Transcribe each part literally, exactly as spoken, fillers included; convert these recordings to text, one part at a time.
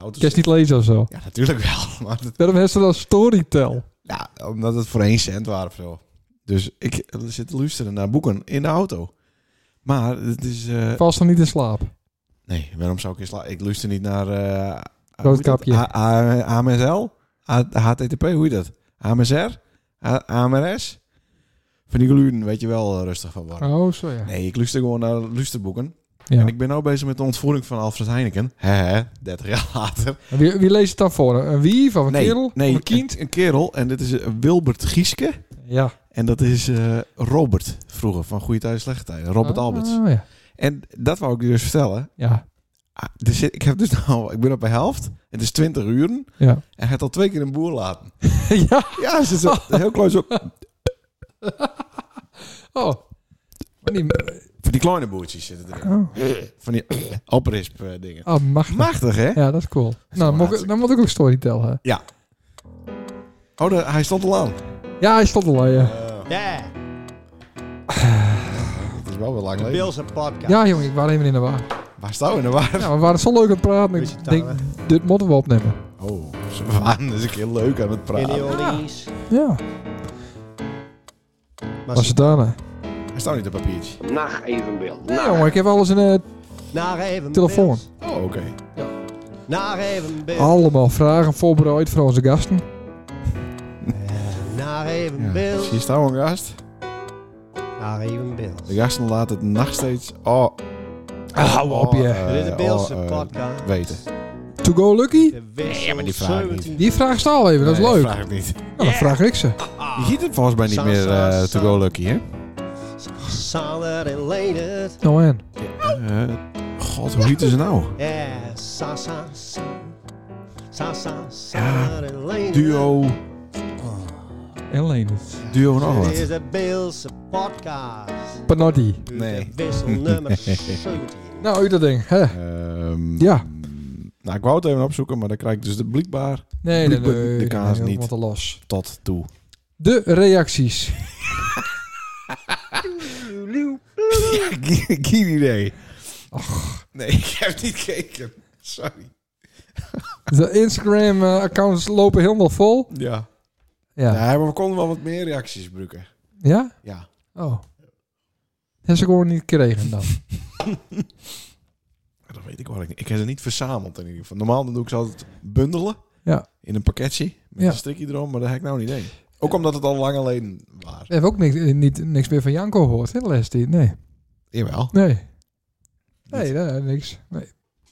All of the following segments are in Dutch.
auto's... Kun je niet lezen of zo? Ja, natuurlijk wel. Maar dat... Waarom heeft ze dan Storytel? Ja, omdat het voor één cent waren of zo. Dus ik zit te luisteren naar boeken in de auto. Maar het is... Uh... Valt ze niet in slaap? Nee, waarom zou ik in slaap... Ik luister niet naar... Uh... Roodkapje. A M S L? H T T P, hoe heet dat? A M S R? A M R S? Van die geluiden weet je wel rustig van worden. Oh, zo ja. Nee, ik luister gewoon naar luisterboeken. Ja. En ik ben nou bezig met de ontvoering van Alfred Heineken. Hè, dertig jaar later. Wie, wie leest het dan voor? Een wie? Van een nee, kerel? Nee, of een kind? Een, een kerel. En dit is uh, Wilbert Gieske. Ja. En dat is uh, Robert vroeger van Goede Tijden, Slechte Tijden. Robert oh, Alberts. Oh, ja. En dat wou ik je dus vertellen. Ja. Ah, dus ik heb dus nou, ik ben op de helft. Het is twintig uur. Ja. En hij heeft al twee keer een boer laten. ja. Ja, ze zit heel klein zo. Oh. Maar die... Van die kleine boertjes zitten erin. Oh. Van die oprisp uh, dingen. Oh, machtig. Machtig, hè? Ja, dat is cool. is nou, wel moet ik, dan moet ik ook Storytel hebben. Ja. Oh, de, hij stond al aan. Ja, hij stond al aan, ja. Ja. Het is wel weer lang geleden. Bilse podcast. Ja, jongen, ik was even in de war. Waar staan we in de war? Ja, we waren zo leuk aan het praten. Beetje Ik denk, tangen. dit moeten we opnemen. Oh, ze waren dus een keer leuk aan het In praten. die oldies. Ja. Maar Was het daarna? Hij staat niet op papiertje. Nacht evenbeeld. Nee, jongen, ik heb alles in de Naar even telefoon. beeld. Oh, oké. Okay. Naar even beeld. Allemaal vragen voorbereid voor onze gasten. Naar even Ja. beeld. Zie je staan, een gast? Naar even beeld. De gasten laten het nog steeds... Oh. Ah, hou op, je. eh, Dit is de Beelse oh, eh, podcast. weten. To go lucky? De wissel Ja, maar die vraag ik niet. zeventien. Die vraag staat al even, dat is Nee, leuk. vraag ik niet. Nou, dan vraag ik ze. Je ziet het volgens mij niet Sa, meer sa, uh, sa. to go lucky, hè? Sander en Leendert. Nou en? Uh, God, hoe heeten ze nou? Ja, sa, sa, sa. Sa, sa, Sander en Leendert. Duo... En Leendert. Duo nog Dit wat. is de Beelse podcast. Panotti. Nee. De wissel nummer zeventien. Nou, uit dat ding. Hè? Ehm, Ja. Nou, ik wou het even opzoeken, maar dan krijg ik dus de blijkbaar Nee, nee, Blijkbaar nee. de kaas nee, niet. Want er los. tot toe. De reacties. Ja, geen geen idee. Nee, ik heb niet gekeken. Sorry. De Instagram-accounts lopen helemaal vol. Ja. Ja. Ja, maar we konden wel wat meer reacties gebruiken. Ja? Ja. Oh. Hebben ze gewoon niet gekregen dan? Dat weet ik wel. Ik heb ze niet verzameld in ieder geval. Normaal dan doe ik ze altijd bundelen. Ja. In een pakketje. Met Ja. een strikje erom, maar dat heb ik nou niet één. Ook omdat het al lang alleen was. We hebben ook niks, niet, niks meer van Janko gehoord, hè, de laatste tijd. Nee. Jawel. Nee. Nee, nee, niks. Nee.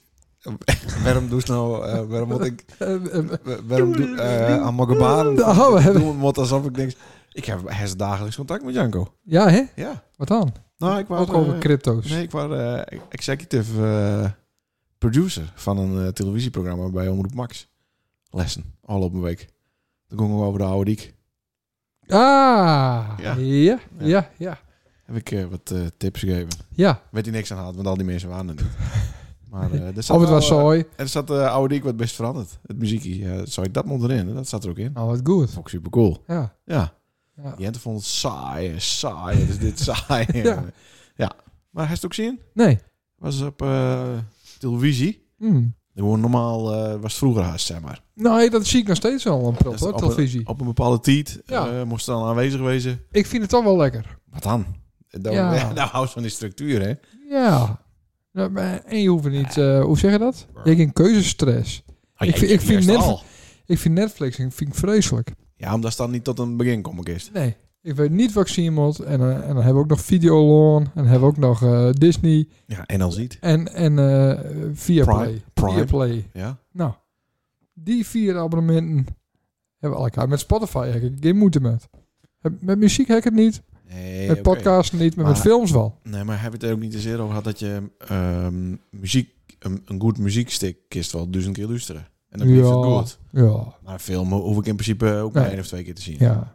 Waarom doe je nou... Uh, waarom moet ik... Eh, eh, wa- Waarom doe uh, aan mijn gebaren... Oh, we hebben- Doen we het alsof ik denk... Ik heb hij dagelijks contact met Janko. Ja, hè? Ja. Wat dan? Nou, ik was... Ook over uh, crypto's. Nee, ik was uh, executive uh, producer van een uh, televisieprogramma bij Omroep Max. Lessen. Al op een week. Dan gingen we over de oude diek. Ah, Ja. ja, ja, ja. ja. Heb ik uh, wat uh, tips gegeven. ja. Weet hij niks aan had, want al die mensen waren er niet. Maar uh, er zat Of het wel, was uh, zooi. er zat de uh, oude diek wat best veranderd. Het muziekje. Uh, zou ik dat moet erin? Dat zat er ook in. Oh, wat goed. Vond ik super cool. Ja. Ja. Ja. Jente vond het saai. Saai. Wat is dit saai? Ja. Ja. Maar hij het ook zien? Nee. Was op uh, televisie. Hmm. Gewoon normaal uh, was het vroeger haast, zeg maar. Nee, dat zie ik nog steeds wel een prop, Dat is hoor, op televisie. Een, op een bepaalde tijd Ja. uh, moest dan aanwezig wezen. Ik vind het toch wel lekker. Wat dan? Dan, Ja. ja. Nou, houdt van die structuur, hè? Ja. Ja, maar- En je hoeft er niet... uh, hoe zeg je dat? Je hebt geen keuzestress. Oh, Ik ja, vind- ik vind juist net- al. Ik vind Netflix ik vind ik vreselijk. Ja, omdat het dan niet tot een begin komen is. Nee. Ik weet niet wat ik zien moet. En, uh, en dan hebben we ook nog Videoland. En dan hebben we ook nog uh, Disney. Ja, en al ziet. En, en uh, Viaplay. Prime. Prime. Viaplay. Ja. Nou. Die vier abonnementen hebben we elkaar. Met Spotify heb ik geen moeite met. Heb- Met muziek heb ik het niet. Nee, Met oké. podcasten niet. Maar, Maar- met films wel. Nee, maar heb je het er ook niet te zeer over gehad dat je um, muziek, een, een goed muziekstuk kist wel duizend keer luisteren. En dan blijft het Ja. goed. Ja. Maar een film hoef ik in principe ook maar Nee. één of twee keer te zien. Ja.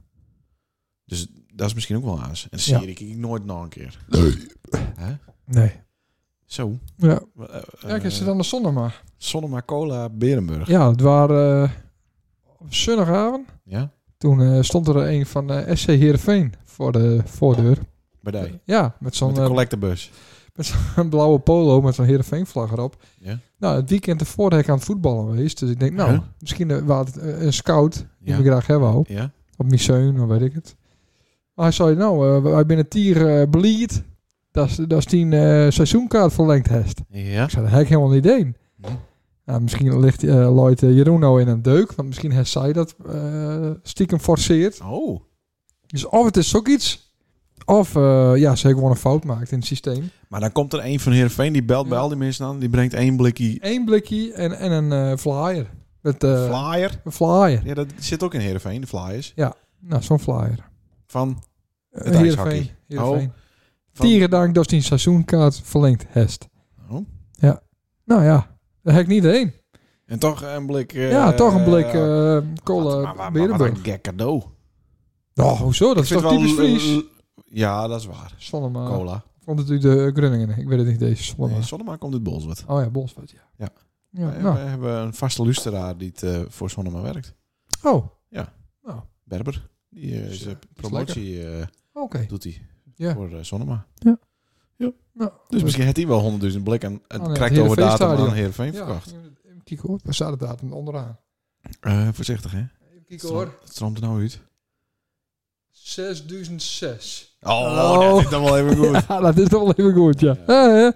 Dus dat is misschien ook wel aas. En een Ja. serie kijk ik nooit nog een keer. Hè? Nee. Zo. Ja. Uh, Ja, ik heb ze dan de zondag maar. Sonnema Cola Berenburg. Ja, het waren uh, op zondagavond. Ja? Toen uh, stond er een van uh, S C Heerenveen voor de voordeur. Bij die. Ja, met zo'n Met de uh, collectebus. met zo'n blauwe polo met zo'n Heerenveen vlag erop. Ja? Nou, het weekend ervoor heb ik aan het voetballen geweest. Dus ik denk, nou, Huh? misschien uh, was het uh, een scout die Ja. we graag hebben ook. Ja? Op Misseun, of weet ik het. Maar hij zei, nou, uh, wij binnen tier uh, blied. Dat is, dat is die uh, seizoenkaart verlengd heeft. Ja? Ik zei, dat heb ik helemaal niet één. Hm. Nou, misschien ligt uh, Lloyd uh, Jeroen nou in een deuk. Want misschien heeft zij dat uh, stiekem forceert. Oh. Dus of het is zoiets. Of uh, ja, ze gewoon een fout maakt in het systeem. Maar dan komt er een van Heerenveen, die belt Ja. bij al die mensen aan. Die brengt één blikje Eén blikje en, en een uh, flyer. Met, uh, flyer. een flyer. Ja, dat zit ook in Heerenveen, de flyers. Nou, zo'n flyer. Van, Uh, Het ijshockey. Heerenveen. Heerenveen. van Tieren dank dat die seizoenkaart verlengd heeft. Oh. Nou ja, daar heb ik niet één. En toch een blik... eh, ja, toch een blik eh, uh, wat- kolen maar- maar- maar Wat Berenburg. een gek cadeau. Oh, hoezo? Dat Ik is vind toch wel typisch l- Fries? l- Ja, dat is waar. Sonnema. Cola. Vond het u de Groningen? Ik weet het niet, deze Sonnema. Nee, Sonnema komt uit Bolsward. Oh ja, Bolsward, ja. Ja. Ja, Wij, nou. wij hebben een vaste luisteraar die het, eh, voor Sonnema werkt. Oh. Ja. Nou, Berber. Die eh, is, eh, Is promotie eh, oké. doet hij Ja. voor eh, Sonnema. Nou, Dus misschien heeft hij wel honderdduizend blik en het Oh, nee, krijgt het over datum Heerenveenstadion. aan Heerenveen ja, verkocht. even kijken hoor. Waar staat de datum onderaan? Eh, voorzichtig, hè? Even kijken hoor. Het stroomt er nou uit. zesduizend zes. Oh, Oh. dat is dan wel even goed. Ja, dat is toch wel even goed, ja. Ja.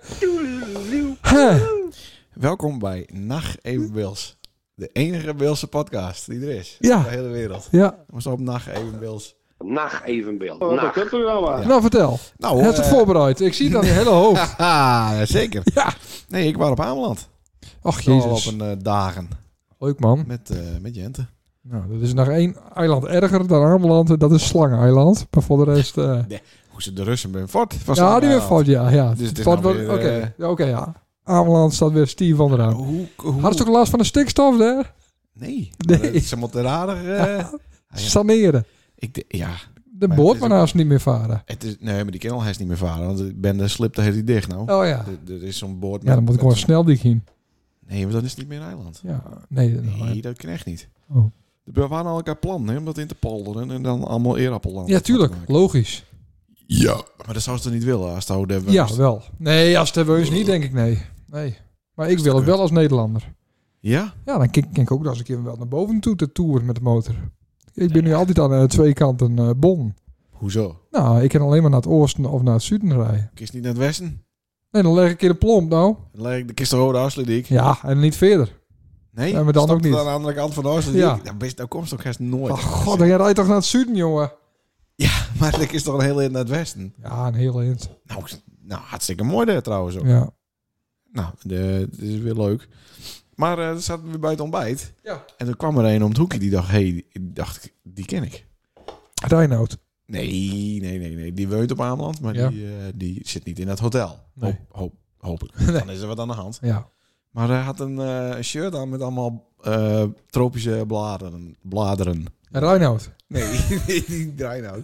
Hè. Welkom bij Nacht Even Wils. De enige Wilse podcast die er is. Ja. In de hele wereld. Ja, We staan op Nacht Even Wils. Nacht evenbeeld. Oh, dat Nacht. kutprogramma. Ja. nou vertel. Nou, Je hebt het eh, voorbereid. Ik zie het aan je hele hoofd. Haha, ja, zeker. Ja. Nee, ik was op Ameland. Ach, Al jezus. op een eh, dagen. Leuk man. Met, eh met Jente. Nou, dat is nog één eiland erger dan Ameland. Dat is Slangeneiland. Maar voor de rest... uh, Hoe ze de Russen ben fort. van ja, die weer Slangeneiland. fout, ja. ja. Dus het is Fout nou wel- weer, Oké, eh, ja, oké, ja. Ameland staat weer stief onderaan. Hoe, hoe, Hadden ze ook last van de stikstof daar? Nee. Nee. Maar, eh, Ze moeten raar... eh, ja. Saneren. Ik, de- ja, De Maar boot het is maar naast niet meer varen. het is, nee, maar die kan al hij is niet meer varen. Want de bende slipt de hele dicht nou. Oh ja. Er- Er is zo'n boord Ja, dan moet ik gewoon snel die gaan. Nee, maar dan is het niet meer een eiland. Ja, nee. Nee, dat kan echt niet. Oh. We waren al elkaar plan hè, om dat in te polderen en dan allemaal eerappelland. Ja, tuurlijk. Logisch. Ja. Maar dat zou ze toch niet willen als het oude hebben. Ja, wel. Nee, als het hebben is niet, denk ik nee. Nee. Maar ik wil het wel als Nederlander. Ja? Ja, dan kijk ik ook nog eens een keer wel naar boven toe te toeren met de motor. Ik ben nu altijd aan uh, twee kanten uh, bon. Hoezo? Nou, ik kan alleen maar naar het oosten of naar het zuiden rijden. Kies niet naar het westen? Nee, dan leg ik een keer de plomp nou. Dan leg ik de kist de rode afsluiting. Ja, en niet verder. Nee? Ja, maar dan Stopt ook niet. het aan de andere kant van de afsluiting. Ja. Ja, best, nou komt het ook echt nooit. Oh, god, dan rijdt toch naar het zuiden, jongen. Ja, maar dat is toch een heel eind naar het westen. Ja, een heel eind. Nou, nou hartstikke mooi daar trouwens ook. Ja. Nou, de, het is weer leuk. Maar uh, dan zaten we bij het ontbijt. Ja. En toen kwam er een om het hoekje die dacht, hé, hey, die, dacht ik, die ken ik. Reinoud. Nee, nee, nee, nee. Die woont op Ameland, maar Ja. die, uh, die zit niet in dat hotel. Nee. Hoop, hoop, hopelijk. Nee. Dan is er wat aan de hand. Ja. Maar hij had een uh, shirt aan met allemaal uh, tropische bladeren. bladeren. Reinoud. Nee, die Reinoud.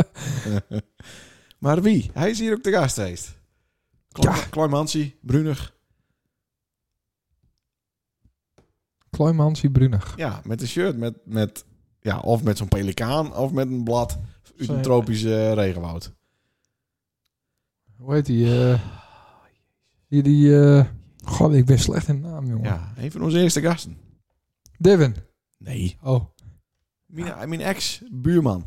Maar wie? Hij is hier ook de gast geweest. Klein, Ja. Klein Mansie, Brunig. Kleinmansie Brunig. Ja, met een shirt met, met ja, of met zo'n pelikaan of met een blad uit Zijn- een tropische uh, regenwoud. Hoe heet die? eh die, die eh God, ik ben slecht in naam, jongen. Ja, een van onze eerste gasten. Devin. Nee. Oh, Mijn, mijn ex-buurman.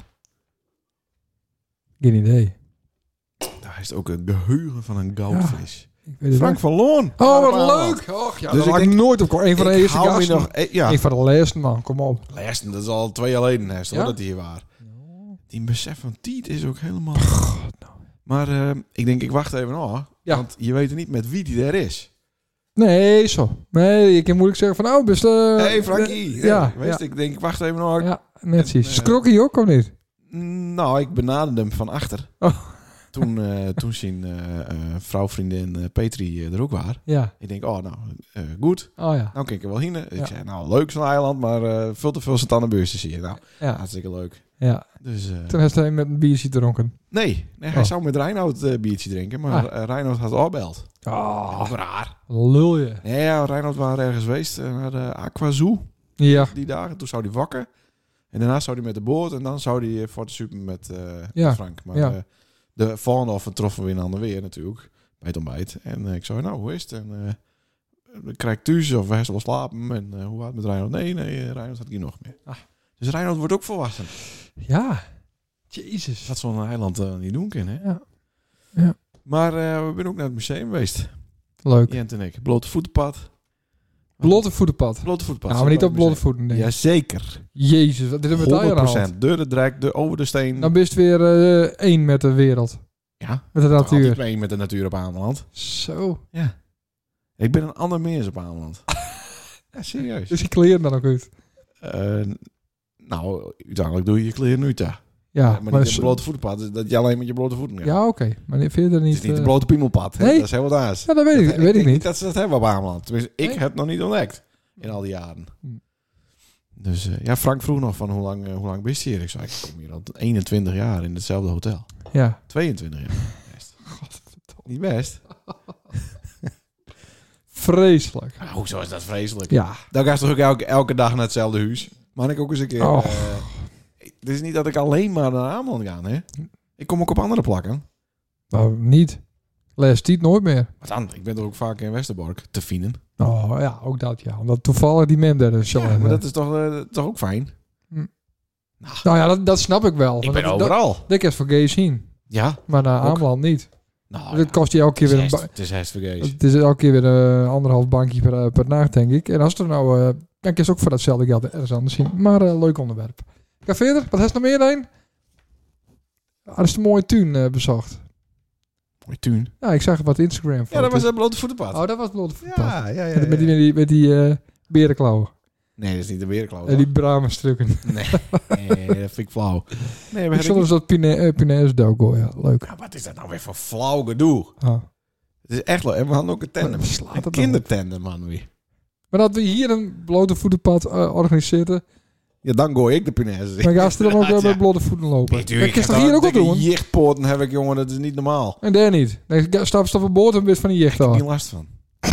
geen idee. Daar is ook een geheugen van een goudvis. Ik weet het Frank ook. van Loon. Oh, wat Allemaal. leuk. Och, ja, Dus dat ik had ik denk- nooit op. Een van de Ik eerste hou me gasten. nog... eh, Ja, Een van de laatste, man. Kom op. Laatste, dat is al twee jaar geleden hè, Ja? dat hij hier was. Die besef van Tiet is ook helemaal... God, nou. Maar uh, ik denk, ik wacht even af. Ja. Want je weet niet met wie die er is. Nee, zo. Nee, je kan moeilijk zeggen van, oh, best... Uh, Hé, hey, Frankie. Ja, Ja, ja. Wees, ik denk, ik wacht even af. Ja, netjes. En, eh, Skrokkie ook, of niet? Nou, ik benaderde hem van achter. Oh. Toen, uh, toen zijn uh, uh, vrouwvriendin uh, Petri uh, er ook was. Ja. Ik denk, oh, nou, uh, goed. Oh ja. Nou kan ik er wel heen. Ik Ja. zei, nou, leuk zo'n eiland, maar uh, veel te veel zit aan de beurs te zien. Nou, Ja. hartstikke leuk. Ja. Dus, uh, Toen heeft hij met een biertje gedronken. nee, nee, hij Oh. zou met Reinoud uh, biertje drinken, maar Ah. uh, Reinoud had afbeld. Oh, raar. lul je. Nee, ja, Reinoud was ergens geweest uh, naar de Aquazoo Ja. die dagen. Toen zou hij wakker. En daarna zou hij met de boot en dan zou hij uh, voor de super met uh, Ja. Frank. Maar Ja. uh, de volgende of troffen we in ander weer natuurlijk. Bij het ontbijt. En uh, ik zei, nou, hoe is het? En uh, krijg ik thuis of hij zal wel slapen. En uh, hoe gaat het met Reinoud? Nee, nee, uh, Reinoud had hier nog meer. Ah. Dus Reinoud wordt ook volwassen. Ja. Jezus. Dat zo'n eiland uh, niet doen kan, hè? Ja. Ja. Maar uh, we zijn ook naar het museum geweest. Leuk. Jent en ik. Blote voetenpad. Blote voetenpad. Blote voetenpad. Nou, maar niet op blote voeten, nee. Jazeker. Jezus, wat dit hebben we daar honderd aan procent. Door de drek, de, over de steen. Dan ben je weer uh, één met de wereld. Ja. Met de natuur. Ik ben met de natuur op Ameland. Zo. Ja. Ik ben een ander mens op Ameland. Ja, serieus. Dus je kleren dan ook uit? Uh, nou, uiteindelijk doe je je kleren uit, ja. Ja, maar, maar niet op zo... blote voetenpad. Dus dat je alleen met je blote voeten gaat. Ja, oké. Okay. Maar verder niet... Het is niet uh... de blote piemelpad. Nee? Dat is heel wat anders. Ja, dat weet ik, dat, weet ik, ik niet. Dat ze dat hebben op Ameland. Tenminste, ik nee? heb het nog niet ontdekt. In al die jaren. Hm. Dus uh, ja, Frank vroeg nog van hoe lang, uh, hoe lang ben je hier? Ik zei, ik kom hier al eenentwintig jaar in hetzelfde hotel. Ja. tweeëntwintig jaar. Best. Niet best. Vreselijk. Nou, hoezo is dat vreselijk? Ja. Dan ga je toch ook elke, elke dag naar hetzelfde huis? Maar ik ook eens een keer... Oh. Uh, het is niet dat ik alleen maar naar Ameland ga, hè? Ik kom ook op andere plakken. Nou, niet. Les die nooit meer. Wat dan? Ik ben er ook vaak in Westerbork te vinden. Oh ja, ook dat ja. Omdat toevallig die man daar dus Ja, maar dat is toch, uh, toch ook fijn? Hm. Nou, nou ja, dat, dat snap ik wel. Ik ben dat, overal. Dat, dat kan voor gay zien. Ja. Maar naar ook. Ameland niet. Nou, dat kost je elke keer het weer is een... hest, het is hest vergees. Het is elke keer weer een anderhalf bankje per, per nacht, denk ik. En als er nou... Uh, dan kun je ook voor datzelfde geld ergens anders zien. Maar uh, leuk onderwerp. Ga verder. Wat heeft er nog meer dan? Ah, dat is een mooie tuin uh, bezocht. Mooie tuin? Ja, ik zag wat Instagram. Ja, dat was het blote voetenpad. Oh, dat was het blote voetenpad. Ja, ja, ja. Met, met die, met die, met die uh, berenklauwen. Nee, dat is niet de berenklauw. En die bramenstrukken. Nee, nee, dat vind ik flauw. Nee, we Ik stond dus dat Pine- Pinaise dogo, ja. Leuk. Ja, wat is dat nou weer voor flauw gedoe? Ah. Het is echt leuk. En we hadden ook een tandem. Wat slaat het Een dan kindertandem, man. Wie. Maar dat we hier een blote voetenpad uh, organiseren... Ja, dan gooi ik de punaise. Dan gaan ze dan ook Ja, uh, ja. met blote voeten lopen. Nee, Dat tuurlijk. kun je toch hier ook wel doen? Jichtpoorten heb ik, jongen. Dat is niet normaal. En daar niet. Dan stap je op boord en bent van die jicht Ik heb af. geen last van.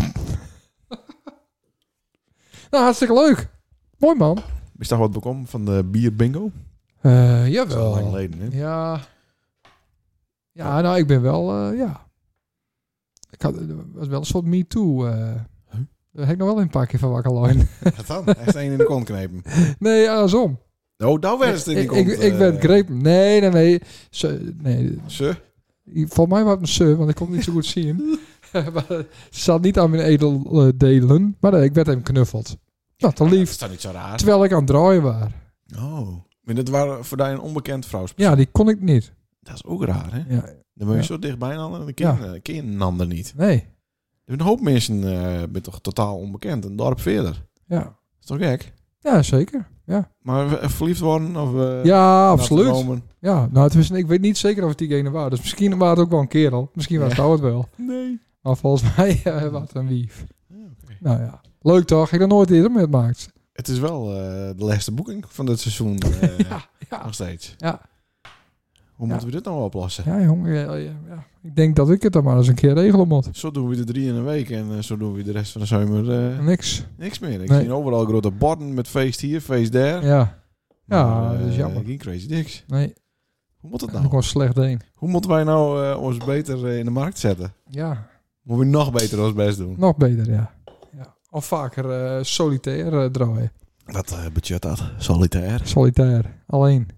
Nou, hartstikke leuk. Mooi, man. Is daar wat bekomen van de bier bingo? Uh, Dat is al jawel. lang geleden, hè? Ja. Ja, nou, ik ben wel... Uh, ja. Ik had, het was wel een soort me too. Uh. Huh? Daar heb ik nog wel een paar keer van wakker lijn. Wat dan? Echt één in de kont knepen. Nee, andersom. Oh, daar werd het in die ik, kont. ik, ik uh, werd grepen. Nee, nee, nee. Ze, nee. Ze? Volgens mij was het een ze, want ik kon het niet zo goed zien. Maar ze zat niet aan mijn edeldelen, maar nee, ik werd hem knuffeld. Nou, te Dat lief. is toch niet zo raar? Terwijl ik aan het draaien was. Oh. Maar dat waren voor jou een onbekend vrouw. Ja, die kon ik niet. Dat is ook raar, hè? Ja. Dan ben je Ja. zo dichtbij een ander en dan ken je, Ja. ken je een ander niet. Nee. Een hoop mensen uh, ben toch totaal onbekend. Een dorp verder. Ja. Dat is toch gek? Ja, zeker. Ja, Maar uh, verliefd worden of... Uh, ja absoluut. dromen? Ja, nou, het was, ik weet niet zeker of het diegene was. Dus misschien was het ook wel een kerel. Misschien was het Ja. ook het wel. Nee. Maar volgens mij uh, was het een wief. Ja, okay. Nou ja. Leuk toch? Ik heb dat nooit eerder meegemaakt. Het is wel uh, de laatste boeking van dit seizoen. Uh, Ja, ja. Nog steeds. Ja. Hoe Ja. moeten we dit nou oplossen? Ja, jongen. Ja, ja, ja. Ik denk dat ik het dan maar eens een keer regelen moet. Zo doen we de drie in een week en uh, zo doen we de rest van de zomer uh, Niks. niks meer. Ik Nee. zie overal grote borden met feest hier, feest daar. Ja. Ja, Maar, uh, dat is jammer. Geen crazy dicks. Nee. Hoe moet het Dat nou? is gewoon slecht ding. Hoe moeten wij nou uh, ons beter uh, in de markt zetten? Ja. Moeten we nog beter ons best doen? Nog beter, ja. Ja. Of vaker uh, solitair uh, draaien. Wat uh, budget dat? Solitair? Solitair. Alleen.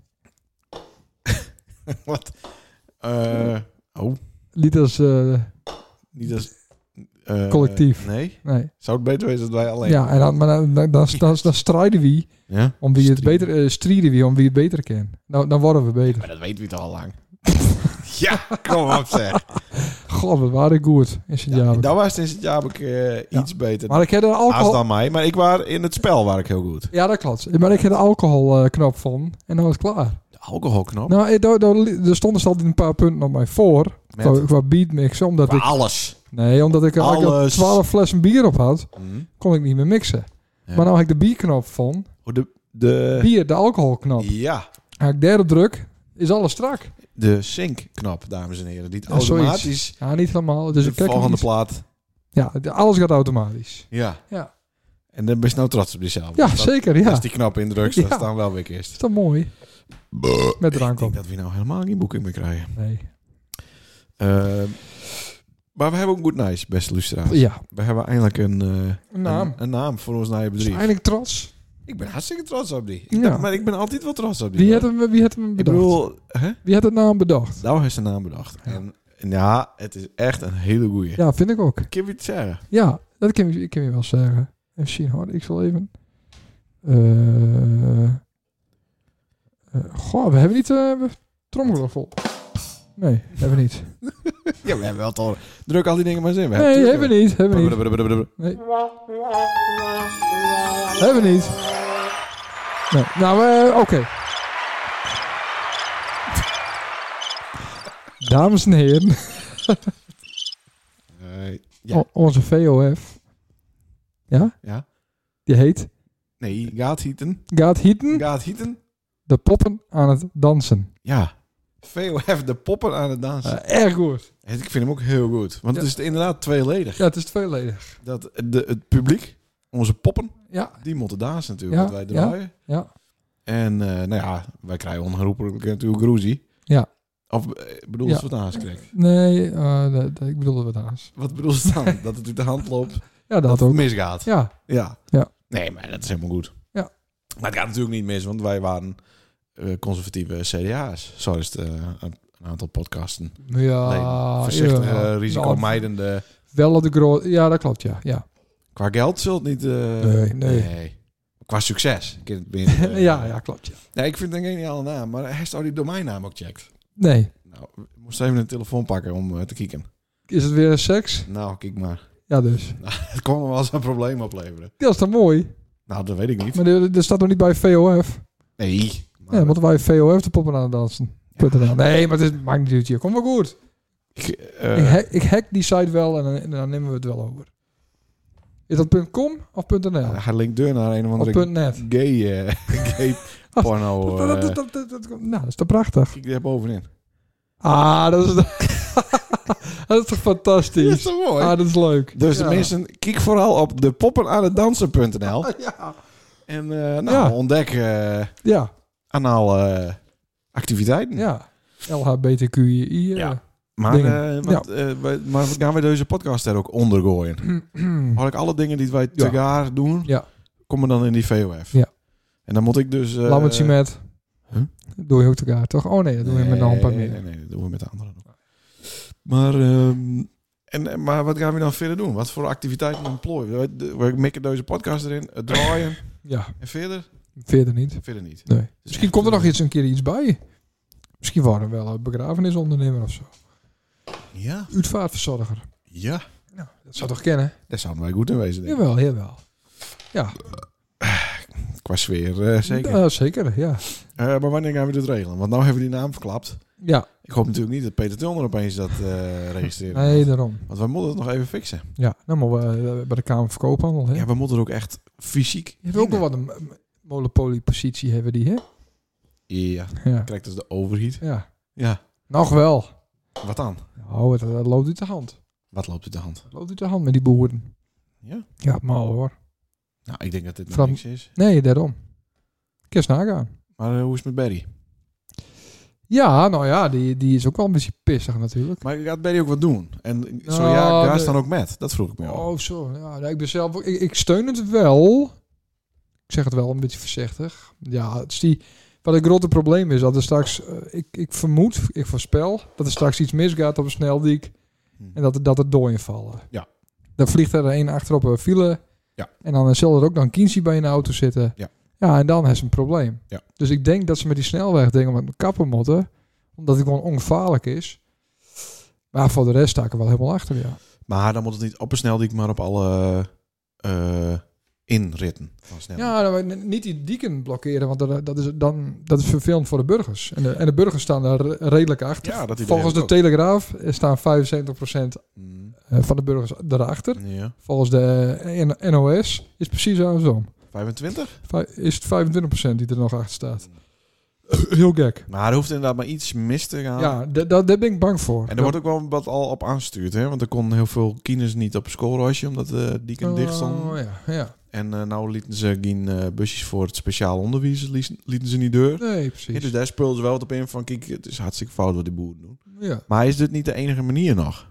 Wat? Uh, oh, Niet als... Uh, niet als... uh, Collectief. Nee? nee. Zou het beter wezen dat wij alleen... Ja, en dan, maar dan, dan, dan, dan, dan strijden we Ja? om wie het Strijden. beter... Uh, strijden we om wie het beter kan. Nou, dan worden we beter. Maar dat weten we toch al lang. Ja, kom op zeg. God, wat waren ik goed in Sint-Jabek. Ja, dat was in het jaar uh, iets beter Maar ik heb er als alcohol... dan mij. Maar ik was in het spel waar ik heel goed. Ja, dat klopt. Maar ik heb de alcoholknop van en dan was het klaar. De alcoholknop. Nou, eh, daar, daar, er stonden altijd een paar punten op mij voor. Met? Qua, qua beatmixen. Omdat Qua ik, alles. nee, omdat ik er eigenlijk Alles. twaalf flessen bier op had, Hm. kon ik niet meer mixen. Ja. Maar nou heb ik de bierknop van. Oh, de, de, Bier, de alcoholknop. ja, Als ik daarop druk, is alles strak. de sync-knop, dames en heren. Die het Ja, zoiets. automatisch Ja, niet helemaal. Het is de een kijk, volgende iets- plaat. Ja, de- alles gaat automatisch. Ja. Ja, En dan ben je nou trots op jezelf. ja Dat- zeker. Ja. Als die knop indrukt, dan Ja. staan we wel weer Is kist. dat mooi? Met Ik drank denk op. dat we nou helemaal geen boeking meer krijgen. Nee. Uh, Maar we hebben ook Good Nice, beste luisteraars. Ja, We hebben eindelijk een, uh, een naam. een, een naam voor ons nieuwe bedrijf. Eindelijk trots. Ik ben hartstikke trots op die. Ik Ja. dacht, maar ik ben altijd wel trots op die. Wie hoor. had hem, wie had hem Ik bedacht? bedoel, hè? Wie had het naam bedacht? Nou heeft zijn naam bedacht. Ja. En, en ja, het is echt een hele goeie. Ja, vind ik ook. Ik heb iets zeggen. Ja, dat kan je, kan je wel zeggen. Even zien hoor, ik zal even... Uh, uh, goh, we hebben niet... Uh, tromgeroffel vol. Nee, hebben we niet. Ja, we hebben wel toch... Druk al die dingen maar eens in. We Nee, hebben we niet. Hebben we niet. niet. Nee. Hebben we niet. Nee. Nou, uh, oké. Okay. Dames en heren. Uh, ja. O- onze V O F. Ja? Ja. Die heet... Nee, gaat hieten. Gaat hieten. Gaat hieten. De poppen aan het dansen. Ja. V O F, de poppen aan het dansen. Uh, erg goed. En ik vind hem ook heel goed. Want Ja. het is inderdaad tweeledig. Ja, het is tweeledig. Dat de, het publiek, onze poppen, Ja. die moeten dansen natuurlijk. Ja, Want wij draaien. Ja. En uh, nou ja, wij krijgen onherroepelijk natuurlijk groezie. Ja. Of uh, bedoel Ja. je wat aanskrek? Nee, uh, de, de, ik bedoelde wat anders. Wat bedoel je dan? Dat het uit de hand loopt? Ja, dat, Dat ook. het misgaat? Ja. Ja. Ja. Nee, maar dat is helemaal goed. Ja. Maar het gaat natuurlijk niet mis, want wij waren uh, conservatieve C D A's. Zo is het uh, een, een aantal podcasten. Ja. Nee, voorzichtige, ja. risicomijdende. Wel op de grote... Ja, dat klopt, ja. Ja, Qua geld zult niet... Uh, Nee, nee. Qua succes. Ik het binnen, uh, ja, ja, klopt, ja. ja, ik vind het een geniale naam, maar hij zou die domeinnaam ook checkt. Nee. Nou, we moesten even een telefoon pakken om uh, te kijken. Is het weer seks? Nou, kijk maar. Ja, dus. Nou, het kon wel eens een probleem opleveren. Dat is dan mooi. Nou, dat weet ik niet. Maar er, er staat nog niet bij V O F. Nee. Maar Ja, moeten wij V O F de poppen aan het dansen. Ja. Nee, maar het is, maakt niet uit hier. Kom maar goed. ik, uh, ik, hack, ik hack die site wel en dan, en dan nemen we het wel over. Is dat .com of .nl? hij linkt deur naar een of Of andere .net? gay, uh, gay porno. Dat, Uh, dat, dat, dat, dat- nou, dat is toch prachtig. kijk daar bovenin. Ah, dat is, dat is toch Dat is fantastisch. toch mooi? Ah, dat is leuk. Dus ja. de mensen, kijk vooral op de poppen aan het dansen punt n l Ja. en uh, nou, Ja. ontdek uh, Ja, anaal uh, activiteiten. ja. L H B T Q I. uh, Ja. Maar, Dingen. uh, wat, uh, wij, maar gaan wij deze podcast er ook ondergooien? Eigenlijk alle dingen die wij Ja. tegaar doen, Ja. komen dan in die V O F. Ja. En dan moet ik dus... Uh, Laat me het zien met... Huh? Doe je ook elkaar, toch? Oh nee, dat doen we met nog een paar Nee, meer. nee, nee, dat doen we met de anderen ook. Maar, um, en, maar wat gaan we dan verder doen? Wat voor activiteiten ontplooien? We, de- we mikken deze podcast erin, het draaien Ja, en verder? verder niet. Verder niet. Nee. Dus Misschien echt, komt er nog uh, iets, een keer iets bij. Misschien worden we wel een begrafenisondernemer of zo. Ja, Uitvaartverzorger. ja. Nou, dat zou toch kennen? Daar zouden wij goed in wezen, denk ik. Jawel, jawel. Ja, Qua sfeer, uh, zeker. Uh, zeker, ja. Uh, maar wanneer gaan we dit regelen? Want nou hebben we die naam verklapt. Ja, Ik hoop natuurlijk niet dat Peter Tilner opeens dat uh, registreren nee, moet. daarom. Want wij moeten het nog even fixen. Ja, dan moeten we uh, bij de Kamer van Koophandel. Hè? Ja, we moeten er ook echt fysiek... Je hebt ook wel wat een m- monopoliepositie, hebben die, hè? Ja, Ja. krijgt dus de overheat. Ja. Ja, Nog wel. wat dan? Nou, het, het loopt uit de hand. Wat loopt uit de hand? Het loopt uit de hand met die boeren. Ja? Ja, mal hoor. Nou, ik denk dat dit nog Van- niks is. Nee, daarom. Kerst nagaan. Maar uh, hoe is het met Barry? Ja, nou ja, die, die is ook wel een beetje pissig natuurlijk. Maar gaat Barry ook wat doen? En zo Nou, ja, daar de- staan ook met. Dat vroeg ik me af. Oh, zo. Ja, nee, ik ben zelf ook- ik, ik steun het wel. Ik zeg het wel een beetje voorzichtig. Ja, het is die, wat het grote probleem is, dat er straks, eh, ik, ik vermoed, ik voorspel, dat er straks iets misgaat op een sneldiek Hm. en dat, er- dat er dooien vallen. Ja. Dan vliegt er een achterop een file. Ja. En dan zal er ook dan Kienzie bij in de auto zitten. Ja. Ja, en dan is het een probleem. Ja. Dus ik denk dat ze met die snelweg dingen met kappen moeten, omdat het gewoon ongevaarlijk is. Maar voor de rest sta ik er wel helemaal achter, ja. Maar dan moet het niet op een sneldiek, maar op alle uh, inritten van sneldiek. Ja, dan, n- niet die dieken blokkeren, want dat, dat, is, dan, dat is vervelend voor de burgers. En de, en de burgers staan daar re- redelijk achter. Ja, dat idee Volgens de heb ik ook. Telegraaf staan vijfenzeventig procent Mm, van de burgers daarachter. ja. Volgens de N O S is het precies andersom. vijfentwintig? Vij- Is het vijfentwintig procent die er nog achter staat. Heel gek. Maar er hoeft inderdaad maar iets mis te gaan. Ja, d- d- daar ben ik bang voor. En er wordt ook wel wat al op aangestuurd, hè? Want er kon heel veel kines niet op schoolreisje, omdat de dieken dicht stonden. Oh, ja, ja. En uh, nou lieten ze geen uh, busjes voor het speciaal onderwijs, lieten, lieten ze niet deur. Nee, Ja, precies. dus daar speelden ze wel wat op in van, kijk, het is hartstikke fout wat die boeren doen. Ja. Maar is dit niet de enige manier nog?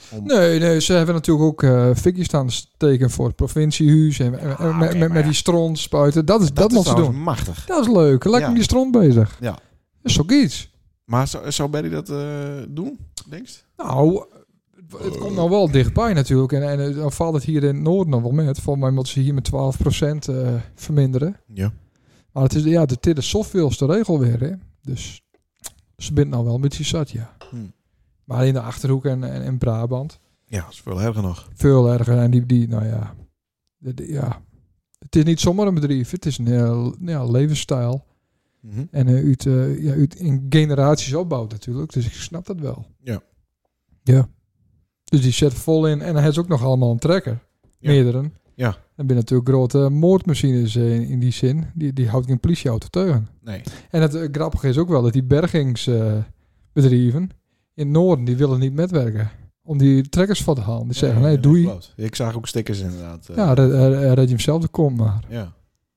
Om... Nee, nee, ze hebben natuurlijk ook uh, fikjes staan steken voor het provinciehuis. En, en, Ah, en met, oké, met, maar met ja. die stront spuiten. Dat, is, dat, Dat, dat is moet ze doen. machtig. Dat is leuk. Lekker Ja. met die stront bezig. Ja. Dat is ook iets. Maar zou, zou Barry dat uh, doen, denkst? Nou, het, het komt nou wel dichtbij natuurlijk. En, en dan valt het hier in het noorden nog wel met. Volgens mij moeten ze hier met twaalf procent uh, verminderen. Ja. Maar het is, ja, dit is de zoveelste regel weer. Hè? Dus ze bent nou wel een beetje zat, ja. Hm. Maar in de Achterhoek en, en in Brabant. Ja, dat is veel erger nog. Veel erger. En die, die nou ja, de, de, ja. Het is niet zomaar een bedrijf. Het is een uh, ja, levensstijl. Mm-hmm. En uh, uit, uh, ja, uit in generaties opbouwt natuurlijk. Dus ik snap dat wel. Ja. Ja. Dus die zet vol in. En hij heeft ook nog allemaal een trekker. Ja. Meerdere. Ja. En ben natuurlijk grote moordmachines uh, in, in die zin. Die, die houdt geen politieauto tegen. Nee. En het uh, grappige is ook wel dat die bergingsbedrijven uh, in het noorden, die willen niet metwerken. Om die trekkers van te halen. Die zeggen, Ja, nee, ja, doei. klopt. Ik zag ook stickers inderdaad. Uh, Ja, red, red, red je hem zelf de kom maar. Ja.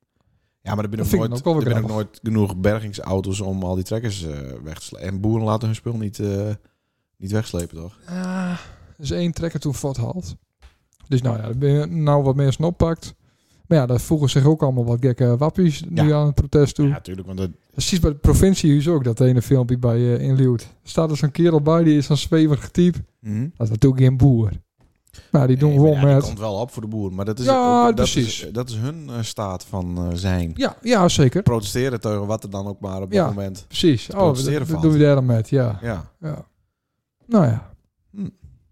Ja, maar er Dat zijn vind ook, ik nooit, ook wel weer er zijn ook grappig. nooit genoeg bergingsauto's om al die trekkers uh, weg te slepen. En boeren laten hun spul niet, uh, niet wegslepen, toch? Ah, dus één trekker toen vat haalt. Dus nou ja, dan ben je nou wat meer oppakt. Maar ja, daar voegen zich ook allemaal wat gekke wappies nu Ja. aan het protest toe. Ja, natuurlijk. Want dat, Precies bij het provinciehuis ook, dat ene filmpje bij uh, in Leeuwarden. Er staat er zo'n kerel bij, die is zo'n zweverig type. mm-hmm. Dat is natuurlijk geen boer. Maar die doen Nee, gewoon maar ja, die met... komt wel op voor de boer. Maar dat is, Ja, ook, dat precies. is, dat is hun uh, staat van uh, zijn. Ja, ja, zeker. Protesteren tegen wat er dan ook maar op Ja. dat moment... Precies. Oh, protesteren dat, dat valt. doen we daar dan met, ja. Ja. ja. Nou ja. Hm.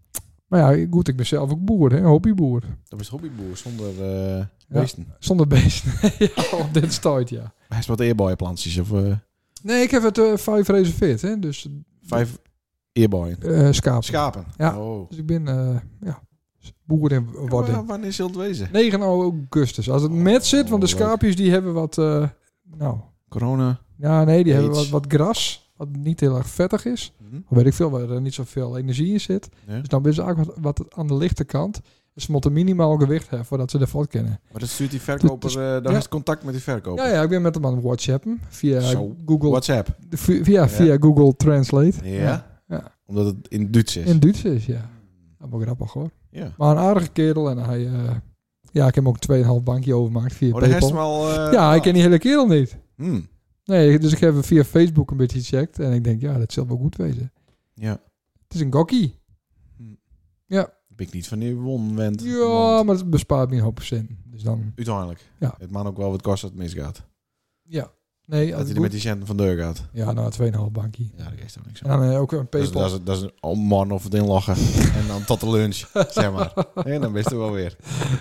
Maar ja, goed, ik ben zelf ook boer, hè, hobbyboer. Dat is hobbyboer zonder uh, beesten. Zonder beesten. ja, op dit stuit, ja. Hij is wat eerboienplantjes of uh, Nee, ik heb het uh, vijf reserveerd, hè. Dus vijf eerboien. uh, schapen. Schapen. Ja. Oh. Dus ik ben, uh, ja, boer in Ja, wording. maar wanneer zult het wezen? negen augustus. Als het met zit, want de Oh, leuk. schaapjes die hebben wat, uh, nou, Corona. ja, nee, die hebben Aids. wat, wat gras, wat niet heel erg vettig is. Hm? Of weet ik veel, waar er niet zoveel energie in zit. Ja. Dus dan ben ze eigenlijk wat, wat aan de lichte kant. Dus ze moeten minimaal gewicht hebben voordat ze ervan kennen. Maar dat stuurt die verkoper, Dus- uh, daar ja. is contact met die verkoper. Ja, ja, ik ben met hem aan het whatsappen. Via Zo. Google, WhatsApp. via, via, via Google Translate. Ja? ja. Omdat het in Duits is. In Duits is, ja. Dat is wel grappig hoor. Ja. Maar een aardige kerel en hij... Uh, ja, ik heb hem ook een tweeënhalf bankje overgemaakt via Oh, de rest PayPal. wel... Uh, Ja, ik ken die hele kerel niet. Hmm. Nee, dus ik heb hem via Facebook een beetje gecheckt. En ik denk, ja, dat zal wel goed wezen. Ja. Het is een gokkie. Hmm. Ja. Ben ik niet van die won wend. Ja, want maar het bespaart me een hoop zin. Dus dan... uiteindelijk. Ja. Het man ook wel wat kost dat het misgaat. Ja. Nee, Dat als hij het er met goed... die centen van deur gaat. Ja, nou, tweeënhalf bankje. Ja, dat is toch niks En aan. dan uh, ook een Dat is, PayPal. dat is, dat is een oh man of het inloggen. En dan tot de lunch, zeg maar. En dan wist je wel weer.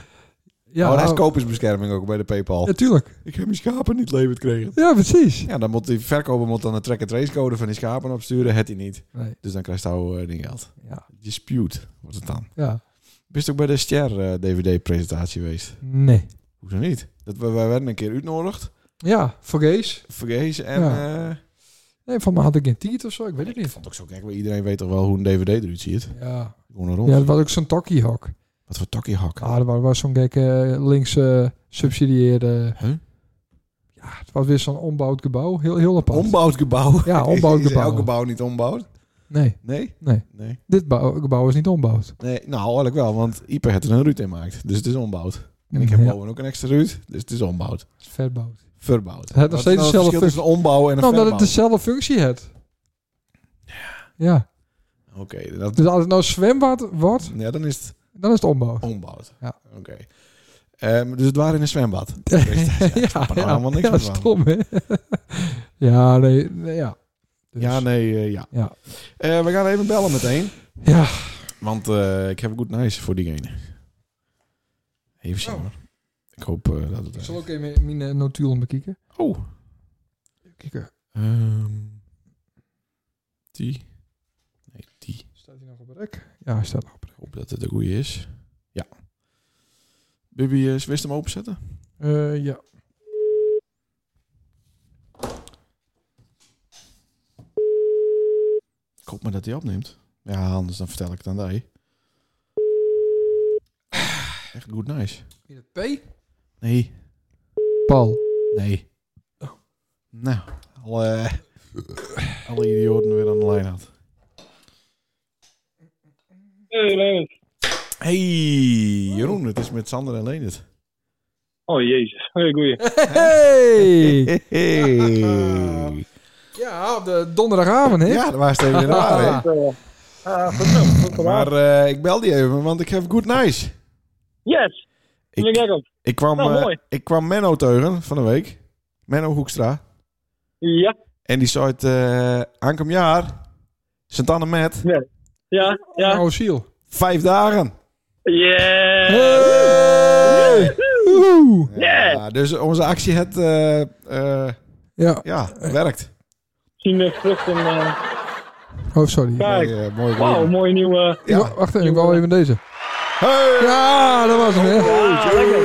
ja, oh, daar is nou, kopersbescherming ook bij de PayPal. natuurlijk. Ik heb mijn schapen niet levend gekregen. Ja, precies. Ja, dan moet die verkoper moet dan een track-and-trace code van die schapen opsturen. Het hij niet. Nee. Dus dan krijgt hij uh, die geld. Ja. Dispute wordt het dan. Ja. Bist ook bij de Ster uh, D V D-presentatie geweest? Nee. Hoezo niet? Dat we, wij werden een keer uitgenodigd. Ja, vergees. Vergees en... Ja. Uh, Nee, van mij had ik geen tiet of zo. Ik weet het ik niet. vond het ook zo gek. maar Iedereen weet toch wel hoe een D V D eruit ziet? Ja. Gewoon een rond. Ja, het was ook zo'n tokkiehok. Wat voor tokkiehak. Ah, er was, was zo'n gekke uh, links uh, subsidieerde... Huh? Ja, het was weer zo'n onbouwd gebouw. Heel, heel apart. Ombouwd gebouw? Ja, ombouwd Is gebouw. elk gebouw niet ombouwd? Nee, Nee? nee. Nee. Dit bouw, gebouw is niet ombouwd. Nee, nou eigenlijk wel, want Ieper heeft er een ruut in gemaakt. Dus het is ombouwd. En ik heb Ja, boven ook een extra ruut, dus het is ombouwd. het is verbouwd. Verbouwd. Het heeft nog Wat steeds is nou het dezelfde verschil tussen een ombouw en een Nou, omdat verbouw? het dezelfde functie heeft. Ja. Oké, dat- Dus als het nou zwembad wordt, ja, dan is het dan is het ombouwd. ombouwd. Ja. Oké. Ehm, dus het waren in een zwembad. ja, ik snap er nou helemaal niks ja, meer van. stom, hè? ja, nee, nee, ja. Dus, Ja, nee, eh, ja. Ja. Eh, we gaan even bellen meteen. Ja. Want eh, ik heb een goed nice voor diegene. Even zien Oh. hoor. Ik hoop eh, dat het... Ik zal ook even mijn uh, notulen bekijken. Oh. Kijken. Ehm, die. Nee, die. Staat hij nog op het rek? Ja, hij staat nog op het Ik hoop dat het de goeie is. Ja. Bibi, uh, wist hem openzetten? rek. Uh, ja. Ik hoop maar dat hij opneemt. Ja, anders dan vertel ik het aan die. Echt goed nice. In het P? Nee. Paul. Nee. Nou, alle, alle idioten weer aan de lijn had. Hey, Leonard. Hey, Jeroen, het is met Sander en Leendert. Oh, jezus. Hey, goeie. Hey! Hey. Ja, op de donderdagavond, hè? Ja, dat was het even in de waar, hè? Uh, uh, goed zo. Goed gedaan. Maar uh, ik belde je even, want ik heb good nice. Yes. Ik ben Ik, gek op. ik, kwam, Nou, uh, mooi. ik kwam Menno teugen van de week. Menno Hoekstra. Ja. En die zei het uh, aankomend jaar. Sint-Anne met Ja. Ja. Ja. Oh, ziel. vijf dagen. Yeah. Hey! Woehoe. Yeah. Ja, dus onze actie het uh, uh, Ja. ja, werkt. Zien de vruchten. Uh, Oh, sorry. Kijk. Mooi, uh, mooi Wauw, gedaan. mooie nieuwe. Ja. Ja. Wacht even, ik wou even deze. Hey! Ja, dat was hem, hè? Ja, lekker.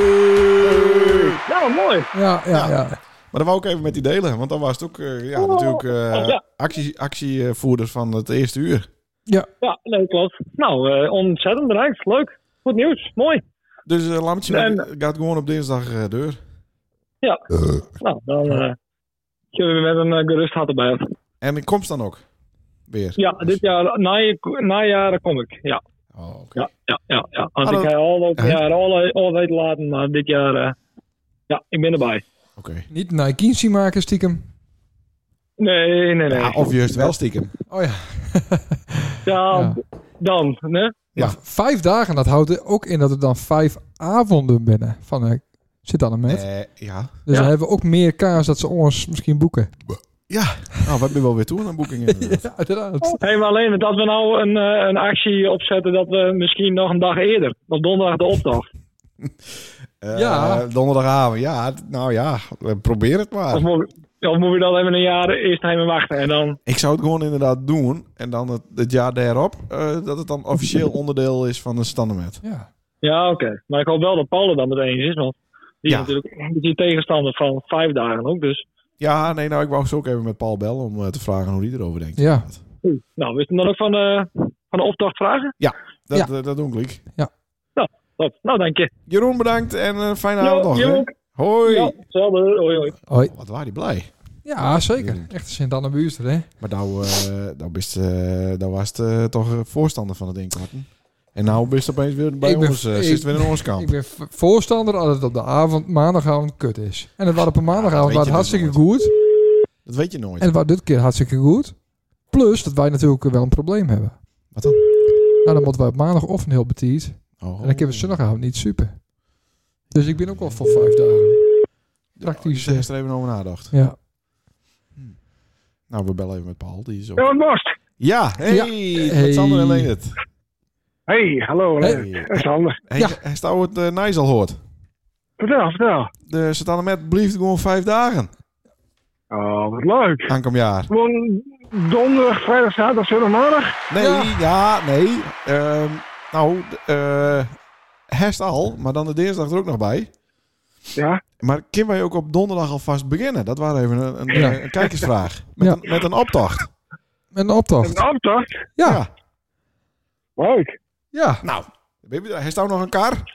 Nou, mooi. Ja, ja, ja. Maar dat wou ik even met die delen, want dan was het ook uh, ja, natuurlijk uh, Oh, ja. actie, actievoerders van het eerste uur. Ja, nee, klopt. Nou, uh, ontzettend bedankt. Leuk. Goed nieuws. Mooi. Dus uh, Lammetje En- gaat gewoon op dinsdag uh, deur. Ja. Nou, dan uh, kunnen we met een uh, gerust hart erbij. En ik komst dan ook weer. Ja, dit jaar, na, najaar kom ik. Ja, Oh, oké. ja, ja, ja. ja. Als Hallo. ik uh, al op Huh? jaar al, al weet laten, maar dit jaar, uh, ja, ik ben erbij. Oké. Niet een Nike maken, stiekem. Nee, nee, nee. Ja, of juist wel stiekem. Oh ja. Ja, Ja. dan, hè? Ja. Maar vijf dagen, dat houdt ook in dat er dan vijf avonden binnen van uh, zit dan een met. Eh, ja. Dus Ja. dan hebben we ook meer kaas dat ze ons misschien boeken. Ja. Nou, we hebben wel weer toe aan boekingen. Ja, uiteraard. Hé, hey, maar alleen dat we nou een, uh, een actie opzetten dat we misschien nog een dag eerder, op donderdag de optocht. Uh, Ja. Donderdagavond. Ja, d- nou ja, we proberen het Of maar. moet, of moet je dan even een jaar eerst even wachten en dan... Ik zou het gewoon inderdaad doen. En dan het, het jaar daarop, uh, dat het dan officieel onderdeel is van de standaard. Ja. Ja, oké. Maar ik hoop wel dat Paul er dan met eens is, want die Ja. is natuurlijk een beetje tegenstander van vijf dagen ook, dus... Ja, nee, nou, ik wou zo ook even met Paul bellen om uh, te vragen hoe hij erover denkt. Ja. inderdaad. Nou, wil je hem dan ook van de, van de optocht vragen? Dat, Ja. uh, dat doen we gelijk. Top. Nou, dank je. Jeroen, bedankt en uh, fijne Jo, avond nog. jo. hè? Hoi. Ja, hetzelfde. Hoi, hoi. Hoi. Wat waren die blij. Ja, zeker. Ja. Echt een Sint-Anne buurster, hè? Maar nou, uh, nou, bist, uh, nou was het uh, toch uh, voorstander van het inkorten. En nou bist opeens weer bij Ik ben- ons. Uh, ik- zit weer in ons kamp. Ik ben v- voorstander als het op de avond, maandagavond kut is. En het was op een maandagavond weet was je het dus hartstikke nooit. goed. Dat weet je nooit. En het was dit keer hartstikke goed. Plus dat wij natuurlijk wel een probleem hebben. Wat dan? Nou, dan moeten wij op maandag of een heel betiet. Oh. En dan kunnen we zondagavond niet super. Dus ik ben ook wel voor vijf dagen. Praktisch. Dus er even over nagedacht. Ja. Nou, we bellen even met Paul. Die is op. Ja, wat Borst. Ja, hey, Ja. met Hey. Sander en Leendert. Hey, hallo. Hey. Hey. Dat is handig. Hey, Ja. Hij staat het uh, Nijs al hoort. Vertel, vertel. De Sint-Anne met blieft gewoon vijf dagen. Oh, wat leuk. Aankomend jaar. Gewoon donderdag, vrijdag, zaterdag, zondag, maandag. Nee, Ja. ja, nee. Ehm, nou, eh herst al, maar dan de dinsdag er ook nog bij. Ja. Maar kunnen wij ook op donderdag alvast beginnen? Dat was even een, een, Ja. een kijkersvraag. Met, Ja. een, met een optocht. Met een optocht. Een optocht. Ja. Leuk. Ja. Nou, baby, hij staat nog een kar.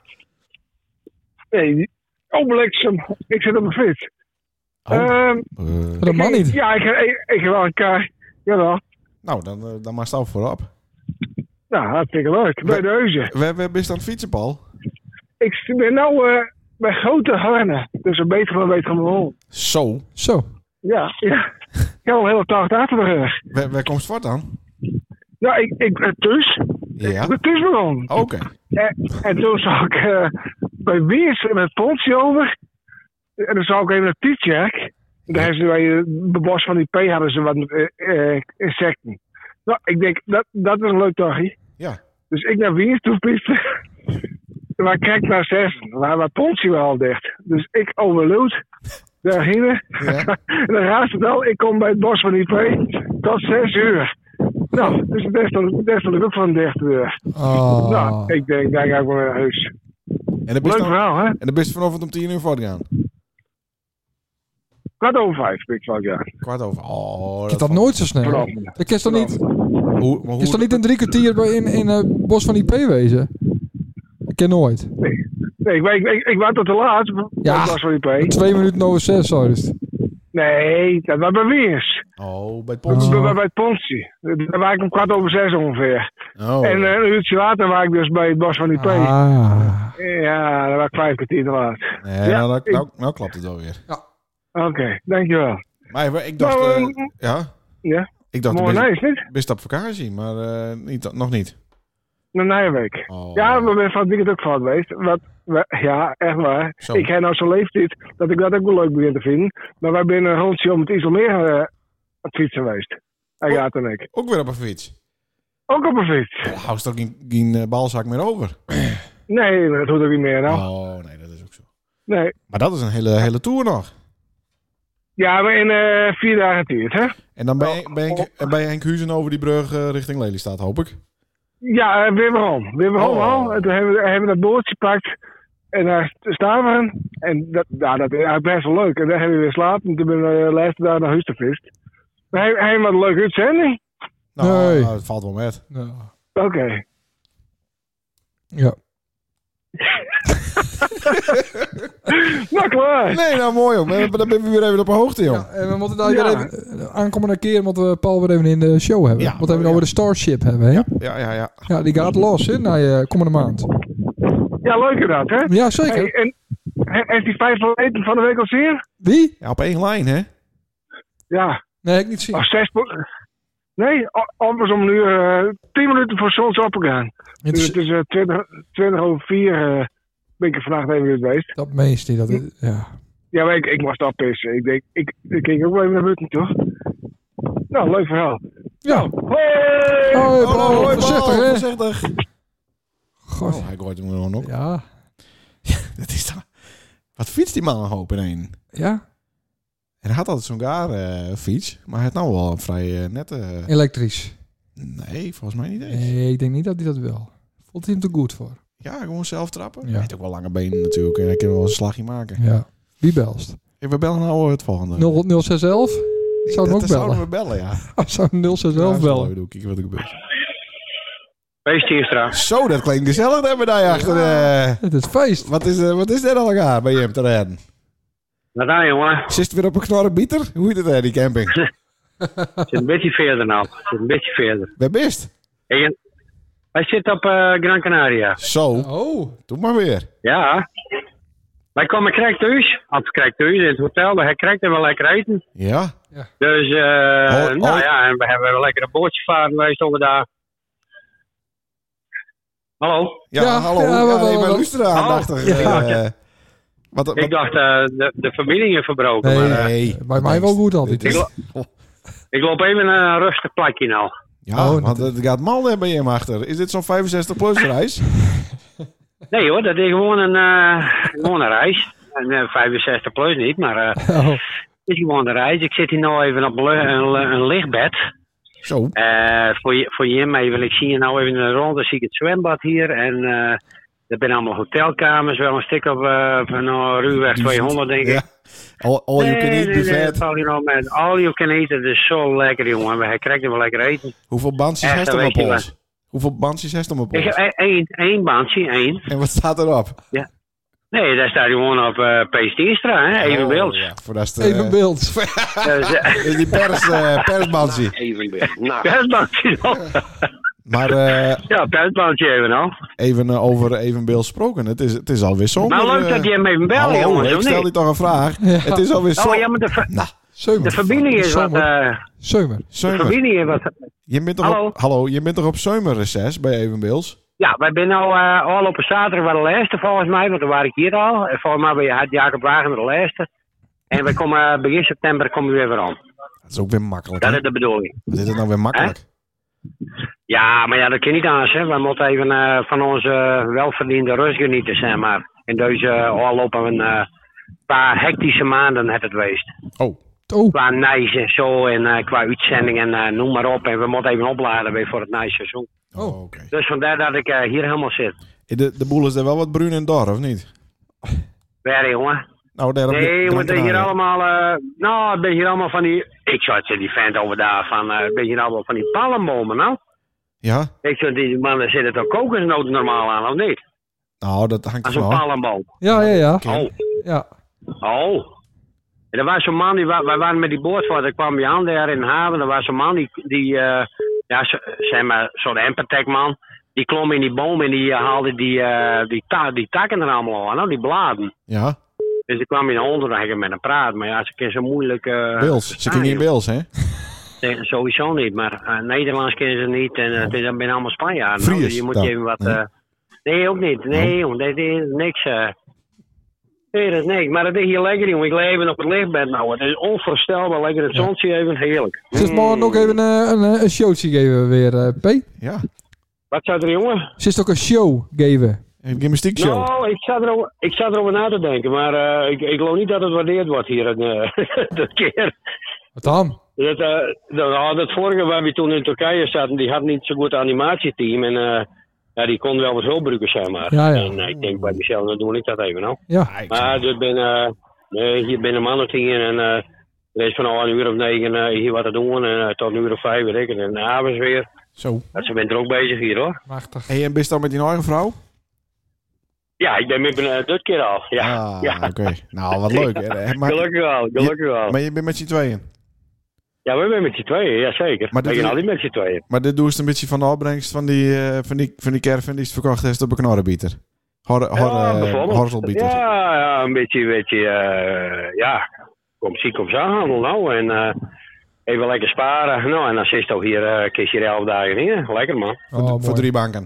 Nee, oh, bliksem. Ik zit op mijn fiets. Oh. Ehm, Eh, Dat mag niet. Ja, ik, ik, ik heb wel een kaart. Jawel. nou, dan, eh, dan maar stap voorop. Nou, hartstikke leuk. Bij de Heuzen. We hebben best aan het fietsen, Paul. Ik ben nou uh, bij Grote Harne. Dus een beter van een beter van mijn hond. Zo. Zo. Ja, ja. Ik heb al een hele tocht achter de rug. Waar, waar komt Zwart aan? Nou, ik, ik ben thuis. Ja. Ik ben thuis begonnen. Oké. En, en toen zag ik uh, bij Wiers met Pontie over. En dan zag ik even een T-check. En daar hebben ze bij de bos van die P hadden ze wat uh, uh, insecten. Nou, ik denk, dat, dat is een leuk dagje. Ja. Dus ik naar Wiers toe piepen. Maar ik kijk naar zes. Maar mijn Pontie wel al dicht. Dus ik overload. Daarheen. Ja. En dan raast het al. Ik kom bij het bos van die P. Tot zes uur. Nou, dus het is toch best wel ook van dicht weer. Oh. Nou, ik denk, daar ga ik maar naar huis. En dan Leuk bist dan, verhaal, hè? en dan bist vanochtend om tien uur voortgaan. Kwart over vijf, ik zou ja. Kwart over. Oh, Ik dat nooit zo snel. Vanavond. Ik is toch niet, Hoe, maar hoe, is toch niet een drie kwartier bij in, in het bos van die P wezen? Ik ken nooit. Nee, ik, ik, ik, ik was tot te laat. Ja. Dat was van die P. Twee minuten over zes, zo is het. Nee, dat was bij Wiers. Oh, bij het Bij, Pons. Oh. bij, bij het Pontie. Daar was ik om kwart over zes ongeveer. Oh. En uh, een uurtje later was ik dus bij het bos van die P. Ah. Ja, dat was ik vijf kwartier te laat. Nee, Ja, nou, nou, ik- nou, nou klopt het alweer. Oké, okay, dankjewel. Maar ik dacht... Nou, eh, um, ja? ja. Ik dacht, Mooi best, nice, niet? best op vakantie, maar uh, niet, nog niet. Een Nijenweek. Oh. Ja, we zijn van het weekend ook fout geweest. Wat, we, ja, echt waar. Zo. Ik heb nou zo'n leeftijd dat ik dat ook wel leuk begin te vinden. Maar wij zijn een rondje om het IJsselmeer uh, aan het fietsen geweest. Hij gaat en ik. Ook weer op een fiets. Ook op een fiets. Oh, hou je toch geen, geen uh, balzak meer over? Nee, maar dat hoeft ook niet meer nou. Oh, nee, dat is ook zo. Nee. Maar dat is een hele, hele tour nog. Ja, maar in uh, vier dagen tijd, hè? En dan ben je, ben je, ben je Enkhuizen over die brug uh, richting Lelystad, hoop ik. Ja, uh, weer waarom. Weer waarom Oh. al. En toen hebben we, hebben we dat boordje gepakt. En daar staan we. En dat, ja, dat is eigenlijk best wel leuk. En daar hebben we weer slapen. En toen ben we de laatste dag naar huis gefist. Maar hij, hij wat een leuke uitzending. Nou, Nee. nou, het valt wel met. Nou. Oké. Okay. Ja. Nou, klaar. Nee, nou mooi joh. Maar dan ben we weer even op de hoogte, joh. Ja, en we moeten daar Ja. weer even... de Aankomende keer moeten we Paul weer even in de show hebben. Ja, We moeten even ja. over de Starship hebben, hè? Ja, Ja, ja, ja. ja die gaat los, hè, na je komende maand. Ja, leuk inderdaad, hè? Ja, zeker. Hey, en he- heeft die vijf eten van de week al zeer? Wie? Ja, op één lijn, hè? Ja. Nee, ik niet zien. Of zes... po- Nee, o- anders om een uur... Uh, tien minuten voor zonsopgang. Het Nu is- het is uh, twintig, twintig over vier... Uh, ben ik er vandaag even weer geweest. Dat meeste, dat is, ja. Ja, maar ik, ik moest oppissen. Ik denk, ik, ik ging ook wel even naar buiten, toch? Nou, leuk verhaal. Ja. Hoi! Hoi, Oh, Paul, hoi, voorzichtig, Paul, hè? voorzichtig. God. Oh, hij gooit hem gewoon op. Ja. Dat is toch... Wat fietst die man een hoop in één? Ja. En hij had altijd zo'n gaar uh, fiets, maar hij heeft nou wel een vrij uh, nette... Uh... Elektrisch. Nee, volgens mij niet eens. Nee, ik denk niet dat hij dat wil. Voelt hij hem te goed voor? Ja, gewoon zelf trappen. Ja. Hij heeft ook wel lange benen natuurlijk en hij kan wel een slagje maken. Ja. Wie belst? Hey, we bellen nou het volgende. nul nul zes elf? Zou hem ook dat zouden bellen? we bellen, ja. Of zou nul zes Ja, elf dat is wel bellen? leuk. Doe kijken wat er gebeurt. Wees Tierstra. Zo, dat klinkt gezellig hebben daar achter. Uh, Het is feest. wat, is, uh, wat is dit al gaar bij hem te redden? Wat dan, jongen? Zit het weer op een knorren bieter? Hoe heet het daar, die camping? Zit een beetje verder nou. Zit een beetje verder. Waar bist? En, wij zitten op uh, Gran Canaria. Zo, Oh. doe maar weer. Ja. Wij komen krijg thuis. Of krijg thuis in het hotel. Hij krijgt er wel lekker eten. Ja. Dus, eh Oh, nou oh. ja, en we hebben wel lekker een bootje varen geweest overdag. Hallo? Ja, Ja, hallo. ja, Ja, wat- nee, wat- maar wat- luister aandachtig. Ja. eh, wat, wat, Ik dacht, uh, de, de verbinding is verbroken. Nee, maar, uh, nee. Bij mij wel goed altijd. Dit is- ik loop even een rustig plekje nou. Ja, Oh, want het gaat mal hè, bij hem achter. Is dit zo'n vijfenzestig plus reis? Nee hoor, dat is gewoon een, uh, gewoon een reis. En, uh, vijfenzestig plus niet, maar uh, Oh. het is gewoon een reis. Ik zit hier nou even op een, lu- een, een lichtbed. Zo. Uh, voor, je, voor je even, ik zie je nou even in de ronde, zie ik het zwembad hier. En uh, er zijn allemaal hotelkamers, wel een stuk op uh, van uh, ruwweg tweehonderd denk ik. Ja. All, all you can eat nee, nee, buffet. val je nou met all you can eat, het is zo lekker jongen. Hij krijgt er wel lekker eten. Hoeveel bandjes Echt, heeft hem weet op je ons? Hoeveel bandjes heeft hem op Ik ons? heb één, één bandje, één. En wat staat erop? Nee, daar staat gewoon op uh, P. Stienstra, hè, even Oh, beeld. ja, voor dat is de, Even beeld. Dus, uh, is die pers, uh, persbandje. Evenbeeld. Nou, persbandje dan. Maar uh, Ja, persbandje even nou. even uh, over evenbeeld gesproken. Het is, het is alweer zomer. Maar leuk uh, dat je hem even bellen, hallo, jongens, ik of stel niet? je toch een vraag. Ja. Het is alweer Oh zomer. ja, maar de, ver- Nou, Zomer. de verbinding is wat... Zomer. Uh, Zomer. de zomer. verbinding is wat... Je bent toch Hallo? op, hallo, je bent toch op zomerreces bij Evenbeels? Ja, wij zijn nou uh, al op een zaterdag wel de laatste volgens mij, want dan was ik hier al. En volgens mij ben je had Jacob Wagener de laatste. En we komen uh, begin september komen we weer weer aan. Dat is ook weer makkelijk. Dat Hè? is de bedoeling. Wat is het nou weer makkelijk? Ja, maar ja, dat kan niet aan, hè. We moeten even uh, van onze uh, welverdiende rust genieten, zeg maar. In deze uh, al op een uh, paar hectische maanden het het geweest. Oh, Oh. Qua nijs en zo en uh, qua uitzending en uh, noem maar op. En we moeten even opladen weer voor het nijsseizoen. oh oké. Dus vandaar dat ik uh, hier helemaal zit. De, de boel is er wel wat bruin en dor, of niet? Waar, jongen? Nou, daar op Nee, Gran want er hier Canaria. allemaal, uh, nou, een beetje allemaal van die, ik zou het zeggen, die vent over daar van, uh, een beetje allemaal van die palmbomen, nou. Ja? Ik zou die mannen zitten toch kokosnoten normaal aan, of niet? Nou, dat hangt Als er een vanaf. palmboom. Ja, ja, ja. Oké. Oh, Ja. oh. En er was zo'n man, die wa wij waren met die bootvaart, ik kwam bij aan daar in de haven, er was zo'n man, die, die, uh, ja, z- zeg maar, zo'n Empatec-man. Die klom in die boom en die uh, haalde die, uh, die, ta- die takken er allemaal aan, nou, die bladen. Ja, Dus ik kwam in de hond en dan ging ik met hem praten. Maar ja, ze kunnen zo moeilijk... Uh, Bills. Ze verstaan, gingen in joh. Bills, hè? Nee, sowieso niet, maar uh, Nederlands kennen ze niet en uh, het is- dat zijn allemaal Spanjaarden. Fries Nou, dus je moet dan? je even wat... Nee. Uh, nee, ook niet. Nee, Oh. jongen, dat is niks. Uh, nee, dat is niks. Maar het is hier lekker, jongen. Ik leef even op het lichtbed nou. Het is onvoorstelbaar lekker. Het zonnetje even heerlijk. Zit morgen ook even uh, een, een showtje geven weer, uh, P? Ja. Wat zou er, jongen? Zit ook een show geven? Een gymnastiekshow. Nou, ik zat, erover, ik zat erover na te denken, maar uh, ik, ik geloof niet dat het waardeerd wordt hier uh, dat keer. Wat dan? Dat, uh, dat, nou, dat vorige waar we toen in Turkije zaten, die had niet zo goed animatieteam en uh, ja, die kon wel wat hulp gebruiken, zeg maar. Ja, ja. En uh, ik denk bij Michel, dan doe ik dat even nou. Ja. Ah, ik Maar zeg- dus ben, uh, nee, hier ben een man of tien en uh, er is van al een uur of negen uh, hier wat te doen en uh, tot een uur of vijf weet ik en de avonds weer. Zo. Dus ze bent er ook bezig hier hoor. Machtig. Hey, en ben je dan met die eigen vrouw? Ja, ik ben met uh, dit keer al. Ja, Ah, ja. oké. Nou, wat leuk. hè. Maar, Gelukkig wel, gelukkig wel. maar je bent met z'n tweeën. Ja, we zijn met z'n tweeën, ja zeker. Maar We dit gaan is- altijd met z'n tweeën. Maar dit doe je een beetje van de opbrengst van die, uh, van die, van die caravan die is verkocht heeft op een knorrenbieter. Hor, hor, Ja, uh, bijvoorbeeld. horzelbieter. Ja, ja, een beetje, een beetje, uh, ja, kom ziek op zaanhandel nou en uh, even lekker sparen. Nou, en dan zit je ook hier, uh, kies je er elf dagen in. Lekker man. Oh, voor, mooi. voor drie banken.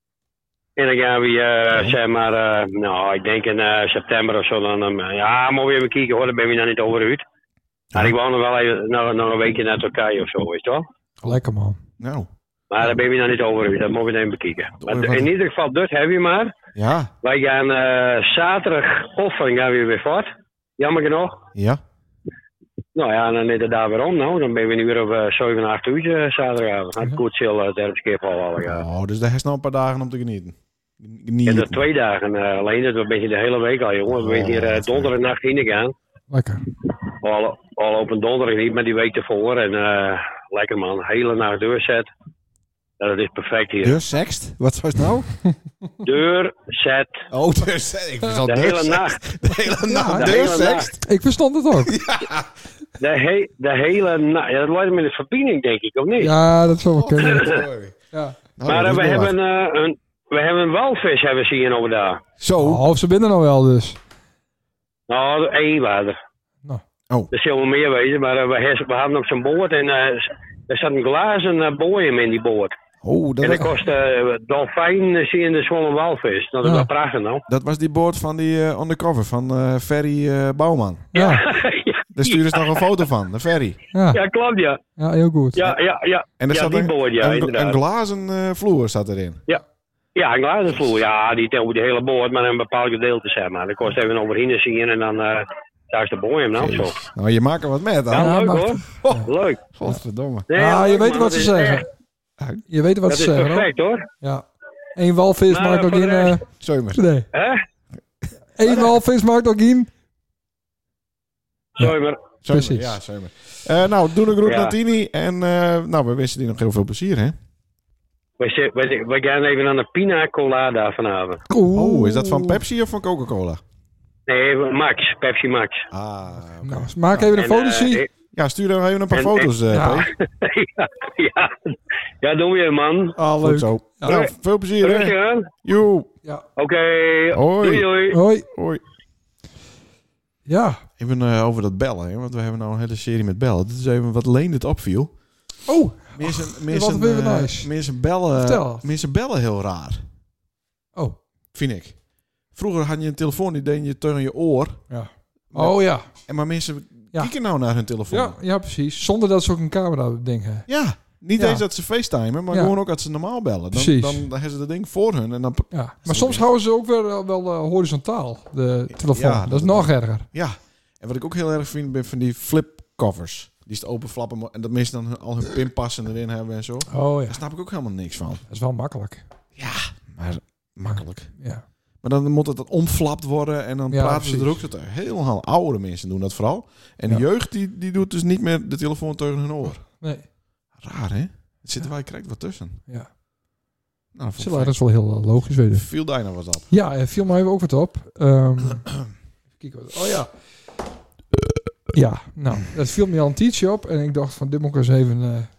En dan gaan we, uh, zeg maar, uh, nou, ik denk in uh, september of zo, dan, um, ja, maar we even kijken hoor, dan ben je dan niet over uit. Maar ik wou nog wel even, nog, nog een weekje naar Turkije of zo, weet je wel. Lekker, man. Nou, Maar daar ben je dan niet over uit, dat moeten we even bekijken. Doe Maar even- in ieder geval, dat heb je maar. ja. Wij gaan uh, zaterdagochtend gaan we weer voort. Jammer genoeg. Ja. Nou ja, dan is het daar weer om. Nou. Dan ben we nu weer op uh, zeven, acht uur uh, zaterdagavond. Dan goed chill uh, tijdens Schiphol alle gaan. Oh, dus daar is nog een paar dagen om te genieten. Ja, Genieten. dat twee dagen uh, alleen. Dat ben je de hele week al, jongen. We zijn hier uh, donderdagnacht heen gegaan. Lekker. Al, al op een donderdag niet, maar die week ervoor. En uh, lekker man, hele nacht deurzet. Ja, dat is perfect hier. De sext? Wat was het nou? Deurzet. Oh, de sext. Ik verstond De de hele sext. nacht. De hele nacht. de De hele sext. Ik verstond het ook. De, he de hele nacht. Ja, dat lijkt me in de verbinding, denk ik, of niet? Ja, dat zou wel kunnen. Mooi. Ja. Nou, maar dat uh, is we, wel hebben, wat. uh, een, we hebben een walvis hebben ze hier over daar. Zo. Oh, ze binnen nou wel dus. Nou, één water. Nou. Oh. Er zullen wel meer wezen, maar uh, we, hebben- we hadden op zo'n boord en uh, er zat een glazen uh, boeien in die boord. Oh, dat, En dat was, kost uh, dolfijn uh, zie je in de zwommen walvis. Nou, dat is Ja. wel prachtig nou. dat was die boord van die uh, undercover van uh, Ferry uh, Bouwman. Ja, ja, Daar stuurde ze nog een foto van, de Ferry. ja. ja, klopt ja. Ja, heel goed. Ja, ja, ja. En er ja, zat die een, boord, ja, een, inderdaad. een glazen uh, vloer zat erin. Ja, een glazenvloer. Ja, die over de hele boord, maar een bepaald gedeelte zeg maar. Dat kost even overheen zien en dan uh, daar is de boeien nou zo. Nou, je maakt er wat met, hè? Ja, Ja, leuk maar- hoor. Leuk. Godverdomme. Nee, Ah, je leuk, weet man. wat Dat ze is zeggen. echt- Je weet wat Dat ze is zeggen, hoor. perfect hoor. Ja. Eén walvis Maar, maakt ook voor geen... de eh, rest- Zeumer. nee. Hè? Eén walvis maakt ook geen... Sorry, maar. Zeumer, Precies. ja, Zeumer. Uh, nou, doe een groet Ja. naar Tini. En uh, nou, we wensen die nog heel veel plezier, hè? We, zit- we, we gaan even aan de pina colada vanavond. Oh, is dat van Pepsi of van Coca-Cola? Nee, Max. Pepsi Max. Ah, oké. Nou, maak even een En, foto, eh, zie. Ja, stuur dan even een paar En- foto's, uh, Ja. P. ja, ja, ja, doen we man. Ah, Goed leuk. zo. Ja. Nou, veel plezier, Rustig hè? aan. Joe. Ja. Oké. Hoi. Doei, doei. Hoi. Hoi. Ja. Even uh, over dat bellen, hè? Want we hebben nou een hele serie met bellen. Dit is even wat Leen dit opviel. Oh. Mensen, dat mensen, was weer eh, nice. mensen, bellen, Vertel. mensen bellen heel raar, Oh. vind ik. Vroeger had je een telefoon, die deed je tegen je oor. Ja. Oh ja. En maar mensen Ja. kijken nou naar hun telefoon. Ja, ja, precies. Zonder dat ze ook een camera ding hebben. Ja, niet Ja. eens dat ze facetimen, maar Ja. gewoon ook dat ze normaal bellen. Dan, Precies. dan, dan hebben ze dat ding voor hun en dan... Ja. Maar Zo soms is- houden ze ook wel, wel eh, horizontaal, de telefoon. Ja, dat, dat- is nog erger. Ja, en wat ik ook heel erg vind, ben van die flipcovers. Die is te openflappen en dat mensen dan al hun pinpassen erin hebben en zo. Oh ja. Daar snap ik ook helemaal niks van. Dat is wel makkelijk. Ja, maar makkelijk. Ja. Maar dan moet het dan omflapt worden en dan Ja, praten ze er precies. ook zo tegen. Heel oude mensen doen dat vooral. En de Ja. jeugd die, die doet dus niet meer de telefoon tegen hun oor. Nee. Raar, hè? Er zitten wij krijgt wat tussen. Ja. Nou, Zullen wij, dat is wel heel eh, logisch weten. Viel daar nou wat op. Ja, eh, viel mij ook wat op. Ehm, even kijken wat. Oh ja. Ja, nou, dat viel me al een tijdje op. En ik dacht van, dit moet ik eens even uh,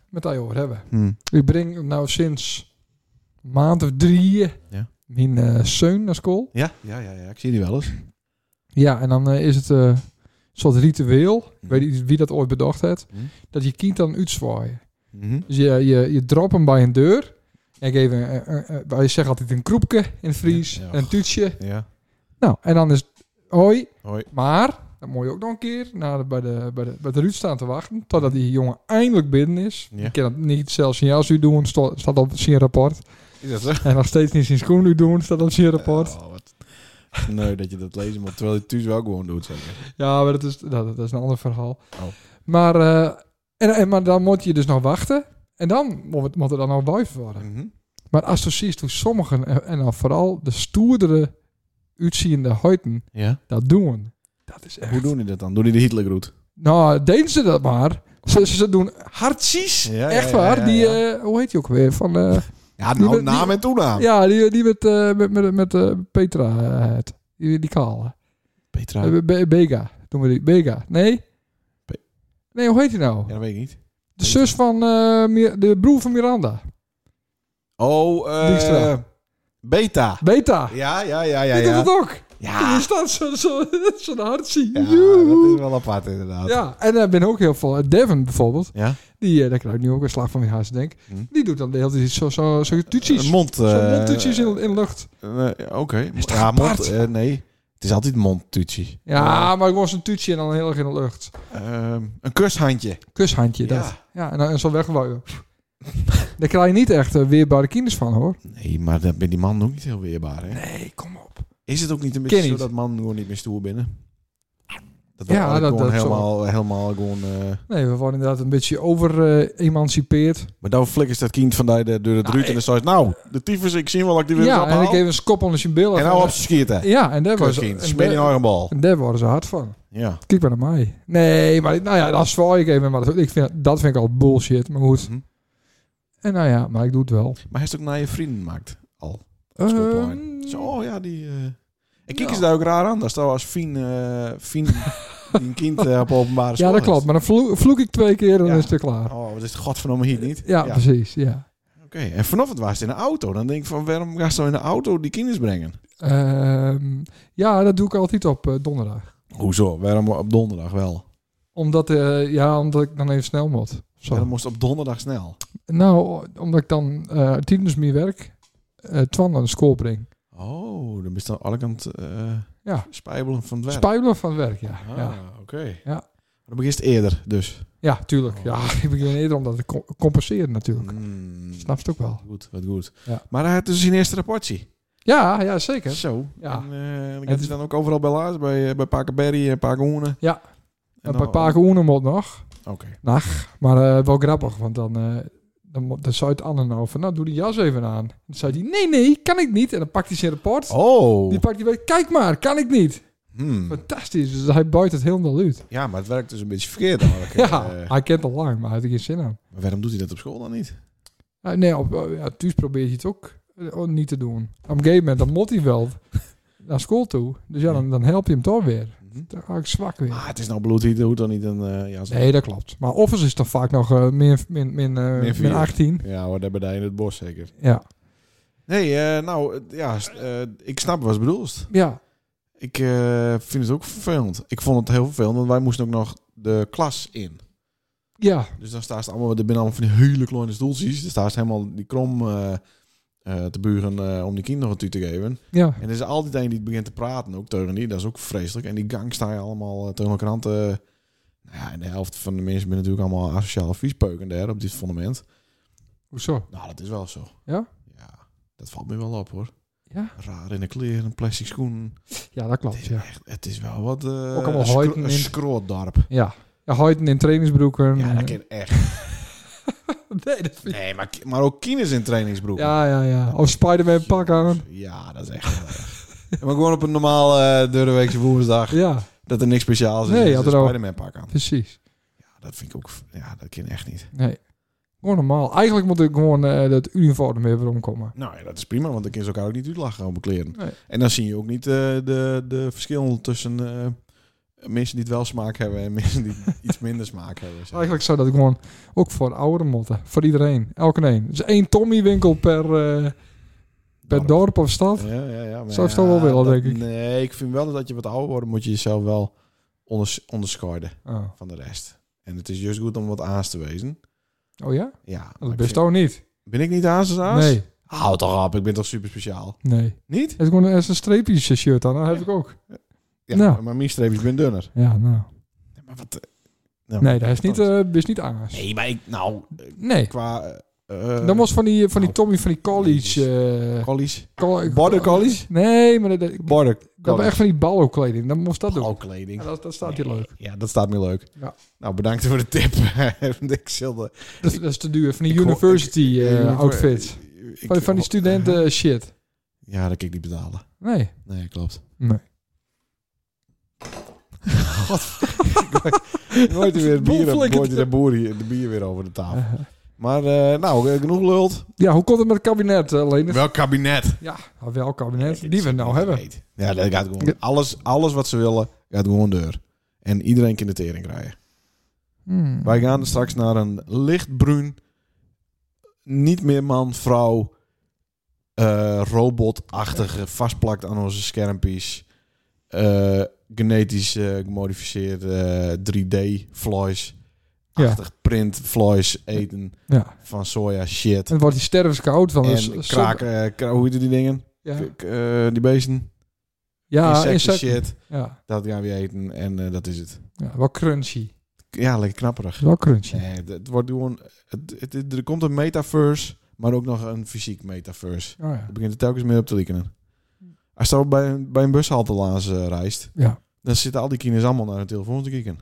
met dat over hebben. Hm. Ik breng nou sinds een maand of drie Ja. mijn uh, zoon naar school. Ja, ja, ja, ja, ik zie die wel eens. Ja, en dan uh, is het uh, een soort ritueel. Ik weet niet wie dat ooit bedacht heeft. Hm. Dat je kind dan uitzwaaien. Mhm. Dus je, je, je dropt hem bij een deur. En ik geef een, een, een, wij zeggen altijd een kroepje in het Fries. Ja, ja. Een tuutje. Ja. Nou, en dan is het hoi. Hoi. Maar, dan moet je ook nog een keer naar de, bij, de, bij, de, bij de Ruud staan te wachten. Totdat die jongen eindelijk binnen is. Ja. Je kan het niet zelfs signaals u doen. sta- Staat op zijn rapport. Is dat zo? En nog steeds niet zijn schoen u doen. Staat op zijn rapport. Oh, wat... Nee, dat je dat lezen moet. Terwijl je het thuis wel gewoon doet, zeker. Ja, maar dat is, dat, dat is een ander verhaal. Oh. Maar, uh, en, en, maar dan moet je dus nog wachten. En dan moet het, moet het dan nog buiten worden. Mhm. Maar als je ziet hoe sommigen, en, en dan vooral de stoerdere, uitziende huiden, Ja. dat doen. Dat is echt... Hoe doen die dat dan? Doen die de Hitlergroet? Nou, deden ze dat maar. Ze, ze, ze doen hartjes. Ja, ja, echt ja, waar. ja, Die, ja. uh, hoe heet die ook weer? Van, uh, Ja, Die nou, werd- naam die- en toenaam. ja, die, die werd uh, met, met, met uh, Petra uh, het. Die, die kale. Petra. Uh, Be- Bega. Doen we die. Bega. Nee? Be- Nee, hoe heet die nou? Ja, dat weet ik niet. De zus van uh, Mir- de broer van Miranda. Oh, eh... Dijkstra. Beta. Beta. Ja, ja, ja, ja. die doet ja. het ook. Ja. Die staat zo'n zo, zo, zo hartje. Ja, Joe. dat is wel apart inderdaad. Ja, en er ben ook heel veel. Devon bijvoorbeeld. Ja? Die, uh, daar krijg ik nu ook een slag van mijn haast, denk ik. Hm. Die doet dan de hele tijd zo, zo, zo toetsies. Een mond... Zo'n eh, mondtoetjes in, in de lucht. eh, Oké. Okay. Is toch Ja, apart? mond... eh, nee. Het is altijd mondtoetsie. Ja, maar gewoon zo'n toetje en dan heel erg in de lucht. Ehm, een kushandje. Kushandje, Ja. dat. Ja, en dan en zo wegwaaien. Daar krijg je niet echt uh, weerbare kinders van, hoor. Nee, maar dat ben die man ook niet heel weerbaar, hè? Nee, kom op. Is het ook niet een beetje Ken zo niet. dat man gewoon niet meer stoer binnen? Dat Ja, ja, dat- gewoon dat helemaal, helemaal gewoon... eh Nee, we worden inderdaad een beetje over-emancipeerd. maar dan flikkert dat kind van die de, door het Nou, ruut en dan zei nou, de tyfus, ik zie wel dat ik die weer ja, eens en ik ophaal. geef een skop onder zijn billen. En nou op zijn schieten. Ja, en daar was Kuskind, en smeer je daar- eigen bal. en daar worden ze hard van. Ja. Kijk maar naar mij. Nee, maar nou ja, dat zwaai ik even. Maar dat, ik vind, dat vind ik al bullshit. Maar goed. Mhm. En nou ja, maar ik doe het wel. Maar hij is het ook naar je vrienden gemaakt al. Ehm, Schoolplein. Zo, oh ja, die... eh En kijk Ja. eens daar ook raar aan. Dat is toch als Fien, eh Fien die een kind eh, op openbare school ja, dat klopt. heeft. Maar dan vloek, vloek ik twee keer en dan Ja. is het weer klaar. Oh, wat is het godverdomme hier niet? Ja, precies. Ja. Oké, en vanochtend was het in een auto. Dan denk ik van, waarom ga je zo in een auto die kinders brengen? Ehm, ja, dat doe ik altijd op eh, donderdag. Hoezo? Waarom op donderdag wel? Omdat, eh, ja, omdat ik dan even snel moet. Zo. Waarom moest op donderdag snel? Nou, omdat ik dan uh, tijdens mijn werk uh, Twan naar de school breng. Oh, dan ben je dan alle kanten uh, Ja. spijbelen van het werk. Spijbelen van het werk, ja. Ah, Ja. oké. Ja. Dan begint het eerder, dus. Ja, tuurlijk. Oh. Ja, ik begin eerder om dat te co- compenseren natuurlijk. Mm, Snap je het ook wel? Goed, wat goed. Ja. Maar hij had dus zijn eerste rapportje. Ja, ja, zeker. Zo. Ja. En uh, dan Het gaat is- hij dan ook overal bij laatst, bij, bij Pakenberry en Pakenhoenen. Ja. En En bij dan- Paken Oene moet nog. Oké. Nacht. Maar uh, wel grappig, want dan, uh, dan, mo- dan zei het Anne nou van, nou doe die jas even aan. Dan zei hij, nee, nee, kan ik niet. En dan pakt hij zijn rapport. Oh. Die pakt hij weer, kijk maar, kan ik niet. Hmm. Fantastisch. Dus hij buit het helemaal uit. Ja, maar het werkt dus een beetje verkeerd eigenlijk. Ja, Eh, hij kent al lang, maar hij had er geen zin aan. maar waarom doet hij dat op school dan niet? Uh, nee, op, uh, ja, thuis probeer je het ook uh, niet te doen. Op een gegeven moment, dan moet hij wel naar school toe. Dus ja, dan, dan help je hem toch weer. Mhm. Dan ga ik zwak weer. Ah, het is nou bloed, hoe dan niet een uh, jas? Nee, dat klopt. Maar Office is toch vaak nog uh, min, min, min, uh, Min min vier. achttien. Ja hoor, daar ben je in het bos zeker. Ja. Nee, uh, nou, uh, ja, uh, ik snap wat je bedoelt. Ja. Ik uh, vind het ook vervelend. Ik vond het heel vervelend, want wij moesten ook nog de klas in. Ja. Dus dan staat het allemaal, er binnen allemaal van die hele kleine stoeltjes. Dan staat het helemaal die krom uh, uh, te buren uh, om die kind nog een tuut te geven. Ja. En er is altijd een die begint te praten, ook tegen die. Dat is ook vreselijk. En die gang sta je allemaal uh, tegen elkaar aan te... Nou ja, en de helft van de mensen zijn natuurlijk allemaal asociale viespeuken daar op dit fundament. Hoezo? Nou, dat is wel zo. Ja? Ja, dat valt me wel op hoor. Ja? Raar in de kleren, plastic schoenen. Ja, dat klopt, Het is, ja. echt, het is wel wat... Uh, Ook allemaal een skro- huiden een in- schrootdorp. Ja. Ja, huiden in trainingsbroeken. Ja, dat uh, ken echt. nee, dat vind ik... Nee, maar, ki- maar ook kines in trainingsbroeken. Ja, ja, ja. Of Spider-Man pak aan. Ja, dat is echt heel erg. Maar gewoon op een normaal uh, doordeweekse woensdag. Ja, Dat er niks speciaals is. Nee, Nee, had een er ook- Spider-Man pak aan. precies. Ja, dat vind ik ook... Ja, dat ken ik echt niet. Nee. Gewoon normaal. Eigenlijk moet ik gewoon uh, dat uniform weer weer omkomen. Nou ja, dat is prima, want dan kun je elkaar ook niet uitlachen op kleren. Nee. En dan zie je ook niet uh, de, de verschil tussen uh, mensen die het wel smaak hebben en mensen die iets minder smaak hebben. Zeg. Eigenlijk zou dat gewoon ook voor ouderen moeten. Voor iedereen. Elke een. Dus één Tommy-winkel per, uh, per dorp of stad. Ja, ja, ja. Maar Zou je ja, toch wel willen, dat- denk ik. Nee, ik vind wel dat je wat ouder wordt, moet je jezelf wel onders, onderscheiden Oh, van de rest. En het is juist goed om wat aas te wezen. oh ja? Ja. maar Dat ik best vind- ook niet. Ben ik niet aas als aas? Nee. Houd toch op, ik ben toch super speciaal. Nee. Niet? Het is gewoon een streepjes shirt aan. Dat heb ik ook. Ja, Nou. maar mijn streepjes ben dunner. Ja, nou. Ja, maar wat... eh, nou, Nee, dat is niet, wat- uh, is niet aas. Nee, maar ik... Nou, Nee. qua... eh Dat was van die, van die oh. Tommy van die college. Uh, collies. coll- Border collies? Nee, maar dat, dat, Border dat was echt van die ballo-kleding. Dan moest dat doen. balkleding. Ja, dat, dat staat hier leuk. Ja, dat staat me leuk. Ja. Nou, bedankt voor de tip. ik zilde... Dat, dat is te duur. Van die Ik hoor- university ik- uh, ik- outfits. ik- Van, van die studenten uh, shit. Ja, dat kan ik niet betalen. Nee. Nee, klopt. Nee. Nooit weer het bier, Boeflikkerd. gooit de boer hier, de bier weer over de tafel. Maar eh, nou, eh, genoeg lult. Ja, hoe komt het met het kabinet, uh, Leendert? Welk kabinet? Ja, nou, welk kabinet? Die we nou hebben. Ja, dat gaat gewoon. Ja. Alles, alles wat ze willen, gaat gewoon deur. En iedereen kan de tering krijgen. Hmm. Wij gaan straks naar een lichtbruin, niet meer man, vrouw, eh, robotachtige, vastplakt aan onze schermpjes, eh, genetisch eh, gemodificeerd eh, drie D-vlees, Ja. achtig print vlees eten Ja. van soja shit. En het wordt die stervenskoud van. dus- En zo- kraken, eh, kra- hoe heet die dingen? Ja, K- eh, die beesten. ja Insecten insecten. shit. Ja. Dat gaan we eten en eh, dat is het. ja, wel crunchy. Ja, lekker knapperig. Wel crunchy. Nee, het, het wordt gewoon... Het, het, het- er komt een metaverse, maar ook nog een fysiek metaverse. Oh ja. Daar begint er telkens meer op te rekenen. Als je dan bij, een- bij een bushalte langs eh, reist, Ja. dan zitten al die kinderen allemaal naar hun telefoon te kijken.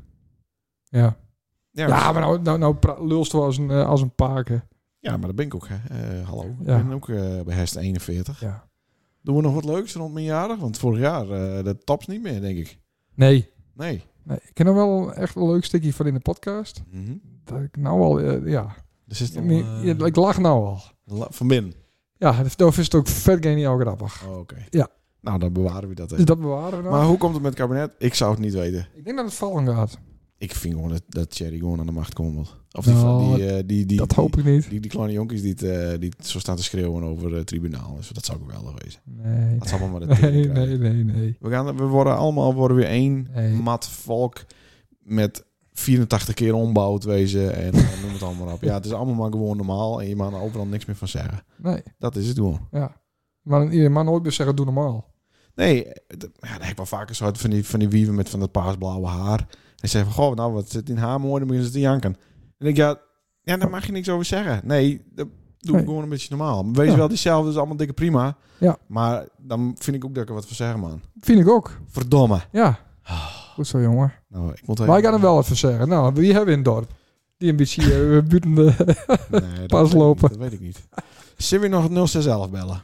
Ja. Ja, Ja, maar nou, nou, nou pra- lulst wel als een, uh, als een paken. ja, maar dat ben ik ook. Hè. Uh, hallo. Ja. Ik ben ook uh, bij Hest eenenveertig. Ja. Doen we nog wat leuks rond mijn jarig? Want vorig jaar, uh, dat tops niet meer, denk ik. Nee. Nee. nee. Ik ken er wel echt een leuk stukje van in de podcast. Mm-hmm. Dat ik nou al, uh, ja. Dus is het al, Ik, uh, ik lach nou al. la- van binnen? Ja, dat is het ook vet geniaal grappig. Oh, oké. Ja. Nou, dan bewaren we dat Dus even. dat bewaren we nou. Maar hoe komt het met het kabinet? Ik zou het niet weten. Ik denk dat het vallen gaat. Ik vind gewoon dat, dat Thierry gewoon aan de macht komt. Of die, Nou, die, uh, die, die, dat hoop ik niet. Die, die kleine jonkies die, het, uh, die het zo staan te schreeuwen over het tribunaal. Dus dat zou ook wel wezen. Nee. Dat zal allemaal maar de Nee, tering nee, krijgen. nee, nee. We, gaan, we worden allemaal worden weer één Nee. mat volk met vierentachtig keer ombouwd wezen. En uh, noem het allemaal op. Ja, het is allemaal maar gewoon normaal. En je mag er overal niks meer van zeggen. Nee. Dat is het gewoon. Ja. Maar iedereen mag nooit meer zeggen, doe normaal. Nee, d- ja, dat heb ik wel vaker zo uit van die, van die wieven met van dat paasblauwe haar. En zeggen van, goh, nou, wat zit in haar mooi, dan beginnen ze te janken. En dan denk ik, ja, ja, daar mag je niks over zeggen. Nee, dat doe ik Nee. gewoon een beetje normaal. Wees Ja. wel diezelfde, dat is allemaal dikke prima. Ja. Maar dan vind ik ook dat ik er wat van zeggen, man. Vind ik ook. Verdomme. Ja. Goed zo, jongen. Nou, ik moet Maar ik ga er wel wat van zeggen. Nou, wie hebben we in het dorp? Die een beetje uh, buiten de... Nee, dat pas weet ik lopen. niet, Dat weet ik niet. Zullen we nog het nul zes elf bellen?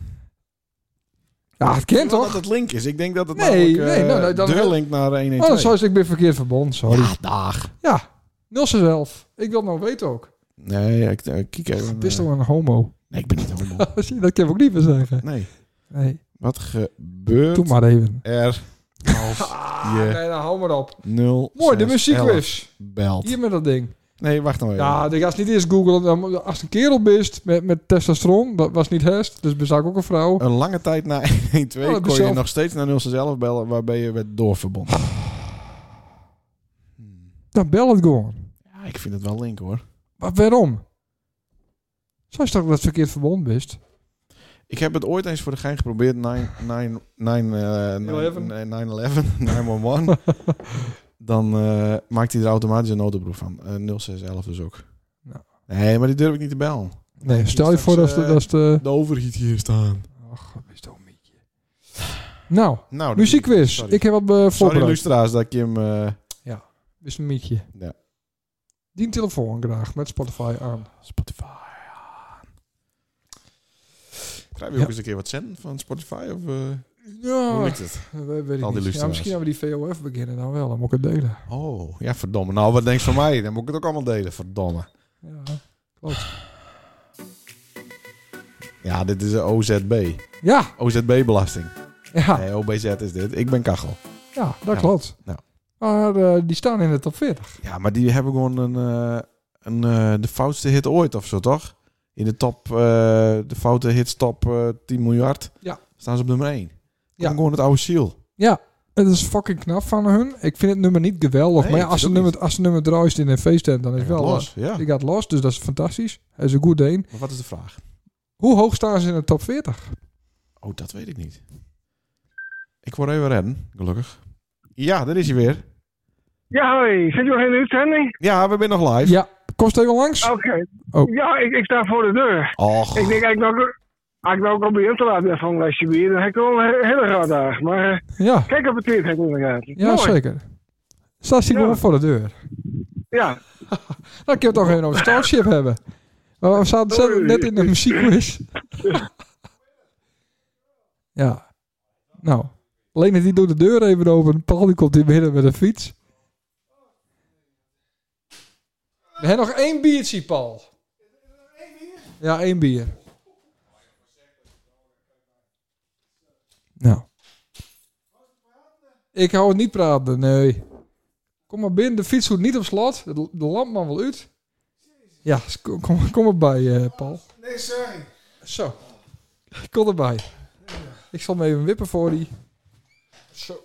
Ja, het kent Ik denk toch? dat het link is. Ik denk dat het Nee, namelijk nee, uh, nou, nou, dan- de link naar Oh, honderdtwaalf. dan zou ik ben verkeerd verbonden, sorry. Ja, dag. Ja, nul zes elf. Ik wil het nou weten ook. Nee, ik, ik kijk even. Het is uh, toch een homo? Nee, ik ben niet homo. Zie je, dat kan ik ook niet meer zeggen. Nee. Nee, Wat gebeurt doe maar even. er als Ah, je nee, dan hou maar op. nul Mooi, de zes elf muziekquiz. belt? Hier met dat ding. Nee, wacht nou even. Ja, ik ga niet eerst googlen. Dan- Als een kerel bist met, met testosteron, dat was niet hest, dus bezag ik ook een vrouw. Een lange tijd na één twee Oh, dat kon je zelf- nog steeds naar nul zes elf bellen, waarbij je werd doorverbonden. Hmm. Dan bel het gewoon. Ja, ik vind het wel link hoor. Maar waarom? Zou je toch dat het verkeerd verbonden bist? Ik heb het ooit eens voor de gein geprobeerd. nine nine nine elf. nine elf nine one one Dan uh, maakt hij er automatisch een noodoproep van. Uh, nul zes elf dus ook. Nou. Nee, maar die durf ik niet te bellen. Nee, stel je straks, voor dat eh, de... Dat is de... De overheid hier staan. Ach, is toch een beetje. Nou, Nou, muziekquiz. sorry. Ik heb wat uh, Sorry, voorbereid. luisteraars, dat ik je hem... Uh, Is een mietje. ja. Die telefoon graag met Spotify aan. Spotify aan. Krijgen we Ja. ook eens een keer wat cent van Spotify? Of, uh, Ja, hoe ligt het? we, weet ik Al die niet. Ja, luisteraars. misschien hebben we die V O F beginnen dan wel. Dan moet ik het delen. Oh, ja, verdomme. Nou, wat denk je van mij? Dan moet ik het ook allemaal delen. Verdomme. Ja, klopt. Ja, dit is een O Z B. Ja, O Z B-belasting. ja, Nee, O B Z is dit. Ik ben kachel. ja dat Ja. klopt. Ja. Maar uh, die staan in de top veertig. Ja, maar die hebben gewoon een, uh, een uh, de foutste hit ooit of zo, toch? In de top, uh, de foute hits top uh, tien miljard. Ja. Staan ze op nummer één. Ja. Gewoon het oude ziel. Ja, het is fucking knap van hun. Ik vind het nummer niet geweldig. Nee, maar ja, ik als, vind het het nummer, als het nummer draait in een feesttent, dan is het Hij wel gaat los. los, ja. Die gaat los, dus dat is fantastisch. Hij is een goed een. Maar wat is de vraag? Hoe hoog staan ze in de top veertig? Oh, dat weet ik niet. Ik word even redden, gelukkig. Ja, daar is hij weer. Ja, hoi. Zit je nog in de uitzending? Ja, we zijn nog live. Ja, kost even langs. Oké. Okay. Oh. Ja, ik, ik sta voor de deur. Och. Ik denk eigenlijk nog... Als ik nou ook op je internet ben van een lesje bier, dan heb ik wel een hele graag daar. Maar uh, Ja, kijk op het tweet, heb ik inderdaad. ja Mooi. zeker. Staat hij Ja. gewoon voor de deur. Ja. Dan kun je het toch even over Starship hebben. Maar we zaten zelf net in de muziekquiz. Ja. Nou. Lene die doet de deur even open. Paul die komt hier binnen met een fiets. We hebben nog één biertje, Paul. Ja, één bier. Nou. Ik hou het niet praten, nee. Kom maar binnen, de fiets hoeft niet op slot. De, de lamp mag wel uit. Ja, kom, kom, kom erbij, uh, Paul. Nee, sorry. Zo. Kom erbij. Ik zal hem even wippen voor die. Zo.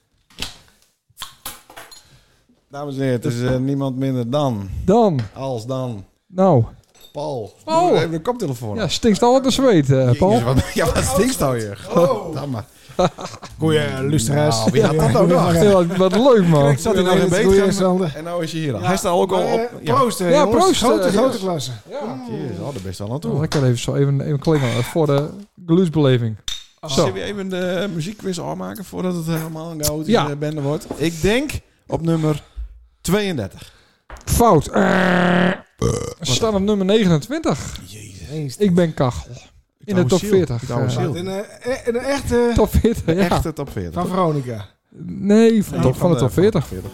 Dames en heren, het is uh, niemand minder dan. Dan. Als dan. Nou. Paul. Paul. Doe even de koptelefoon. Ja, stinkst al wat de zweet, uh, Paul. Jezus, wat, ja, wat stinkt nou hier? Goddamme. Goeie luisteraars. Nou, wie had dat nou nog? Ja, wat, wat leuk, man. Ik zat hier nog in beet gaan. En nou is je hier al. Hij staat ook al op. Ja, Proost, hè, Ja, jongens. proost, Grote, eh, grote jongens. klasse. Ja. Jezus, oh, daar best wel aan Oh, toe. lekker even zo even, even klingelen voor de geluidsbeleving. Zo. Zullen we even de muziekquiz afmaken voordat het helemaal een gouden Ja. ja. bende wordt? Ik denk op nummer tweeëndertig. Fout. Uh, we staan op nummer negenentwintig. Jezus. Ik ben Kachel. In de top veertig. Het oude eh, ziel. In een in een echte Top veertig, De ja. echte top veertig. van Veronica. Nee, van, Nee, top, van de top veertig. veertig.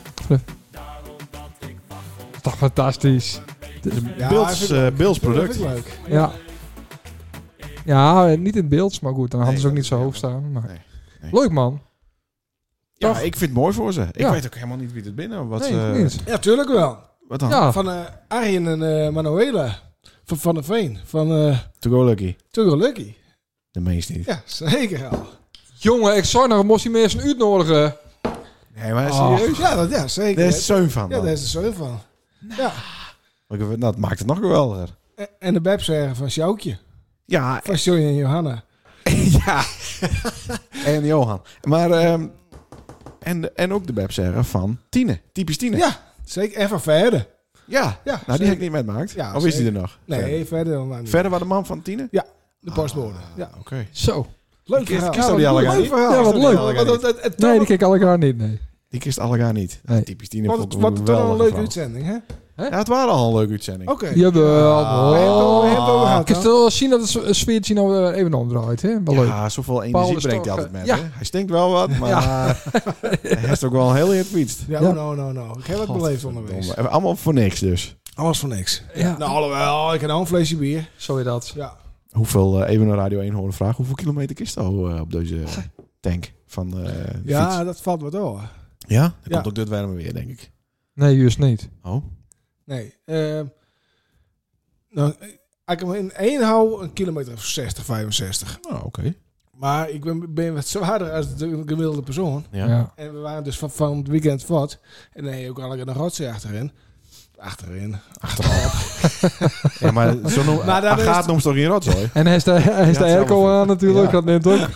Toch fantastisch. Ja, Beelds, vind ik eh, leuk. Beelds Dat product. vind ik leuk. Ja. Ja, niet in beeld, maar goed. Dan hadden Nee, ze ook dat niet zo is hoog jammer. staan. Maar... Nee, nee. Leuk, man. Ja, Toch? ik vind het mooi voor ze. Ik Ja. weet ook helemaal niet wie het binnen. Wat, Nee, eh, ik niet. Ja, tuurlijk wel. wat dan? Ja. Van uh, Arjen en uh, Manuela. Van Van der Veen. Van uh, To go lucky. Tugger Lucky. De meest niet. Ja, zeker al. Jongen, ik zou nog moest die mensen uitnodigen. Nee, maar Oh. serieus? Ja, dat, ja zeker. Daar is zeun van. Ja, dan. daar is de zoon van. Ja. Nou, dat maakt het nog geweldiger. En- En de Babzegger van Sjoukje. Ja, Van Johnny en Johanna. ja. En Johan. Maar, ehm, en, en ook de webzegger van Tine. Typisch Tine. Ja, zeker. En van Verder. Ja. Ja, Nou, die zeker. heb ik niet metmaakt. Ja, of is die er zeker. nog? Nee, Verder dan maar niet. Verder was de man van Tine? De postbode. Ja. Ah, oké. Zo. Leuk Die verhaal. kist die Ja, wat allemaal leuk niet. verhaal. Ja, wat die leuk. allemaal Want het- het- het- Nee, die kijk ik elkaar niet, nee. Die kist allemaal niet. Nee. Typisch Tine. Wat, vond ik wat een toch wel een geweldige leuke vrouw. uitzending, hè? Ja, het waren al een leuke uitzending. Oké. Jawel. Ja, we hebben het over- we hebben het over Oh. gehad, Ik kan wel zien dat het sfeertje nou eh, even omdraait, hè? Wel leuk. Ja, zoveel Paul energie is brengt hij toch, altijd met. ja. Hè? Hij stinkt wel wat, maar hij heeft ook wel een heel hit fietst. Ja, Ja. oh, no, no, no. Ik heb het beleefd onderwijs. Domme. Allemaal voor niks dus. Alles voor niks. Ja. Nou, alhoewel, ik heb nou een flesje bier. Zo is dat. Ja. Hoeveel, uh, even een Radio één horen vragen, hoeveel kilometer kist nou uh, op deze tank van uh, de Ja, fiets? dat valt wat door. Ja? Dan Ja. komt ook dit warme weer, denk ik. Nee, juist niet. Oh? Nee. Uh, nou, ik hem in één hou, een kilometer of zestig, vijfenzestig. Oh, oké. Okay. Maar ik ben, ben wat zwaarder als de gemiddelde persoon. Ja. Ja. En we waren dus van, van het weekend wat. En dan heb je ook al een rotzooi achterin. Achterin. Achterop. ja, maar zo noem, Maar dan is Agaat het- noemt toch geen rotzooi? En hij is de, hij is Ja, de hetzelfde airco vind ik. aan natuurlijk. Ja. Dat neemt ook.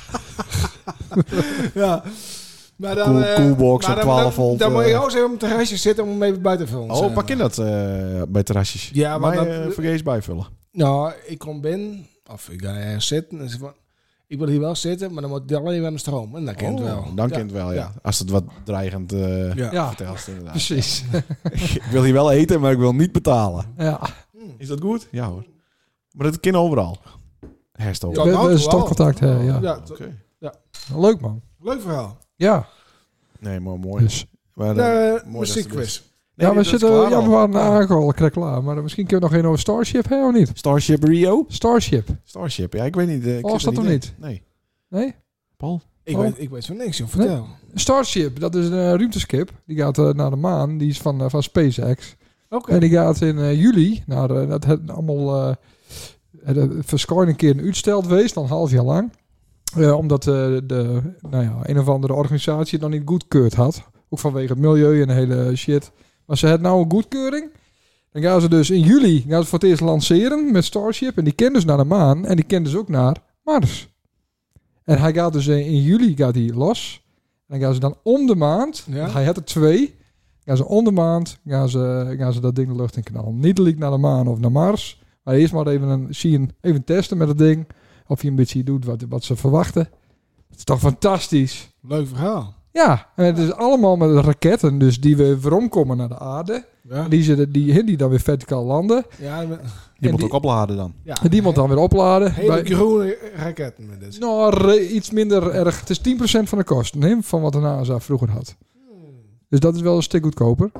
Ja. Maar dan, Cool- eh, coolbox maar op dan- twaalf dan- volt, Dan moet je eh. ook eens even op het terrasje zitten om hem even buiten te vullen. Oh, pak je dat uh, bij terrasjes? Ja, maar maar dat- uh, vergeet bijvullen. Nou, ik kom binnen, of ik ga ergens zitten. En ze van, ik wil hier wel zitten, maar dan moet het alleen weer een stroom. En dat kent Oh, wel. Dan Ja. kent wel, ja. Ja. Als het wat dreigend uh, Ja. Ja, vertelt, inderdaad. precies. ik wil hier wel eten, maar ik wil niet betalen. Ja. Is dat goed? Ja hoor. Maar dat kan overal. Herstel. Ja, Met nou, uh, wel. stopcontact, hè, ja. Ja, Oké. t- Leuk, man. leuk verhaal. Ja. Nee, maar mooi. Dus. Maar, uh, De mooi dat ze muziekquiz. dus- Nee, ja, we dat is zitten. klaar Ja, al. we waren eigenlijk al krek klaar. Maar misschien kunnen we nog geen over Starship hebben of niet? Starship Rio? Starship. Starship, ja, ik weet niet. Uh, ik Oh, zit staat er er in. niet? Nee. Nee? Paul? Ik, Oh. weet, ik weet van niks, joh. Vertel. Starship, dat is een uh, ruimteskip. Die gaat uh, naar de maan. Die is van, uh, van SpaceX. Oké. En die gaat in uh, juli naar... Uh, dat het allemaal... Uh, het verschillende keer uitsteld geweest, al een half jaar lang. Uh, omdat uh, de, nou ja, een of andere organisatie het nog niet goedkeurd had. Ook vanwege het milieu en de hele shit. Maar ze had nou een goedkeuring. Dan gaan ze dus in juli gaan ze voor het eerst lanceren met Starship. En die kent dus naar de maan. En die kent dus ook naar Mars. En hij gaat dus uh, in juli gaat hij los. En dan gaan ze dan om de maand. Ja. Hij had er twee. Gaan ze om de maand. Gaan ze, gaan ze dat ding de lucht in knallen. Niet liek naar de maan of naar Mars. Maar eerst maar even, een, zien, even testen met het ding. Of je een beetje doet wat, wat ze verwachten. Het is toch fantastisch. Leuk verhaal. Ja, en het is allemaal met raketten. Dus die weer veromkomen naar de aarde. Ja. Die, ze, die, die dan weer verticaal landen. Ja, met- Die En moet die- ook opladen dan. ja. En die moet dan weer opladen. Hele Bij- groene raketten met dit. nou, re- iets minder erg. Het is tien procent van de kosten hè, van wat de NASA vroeger had. Dus dat is wel een stuk goedkoper.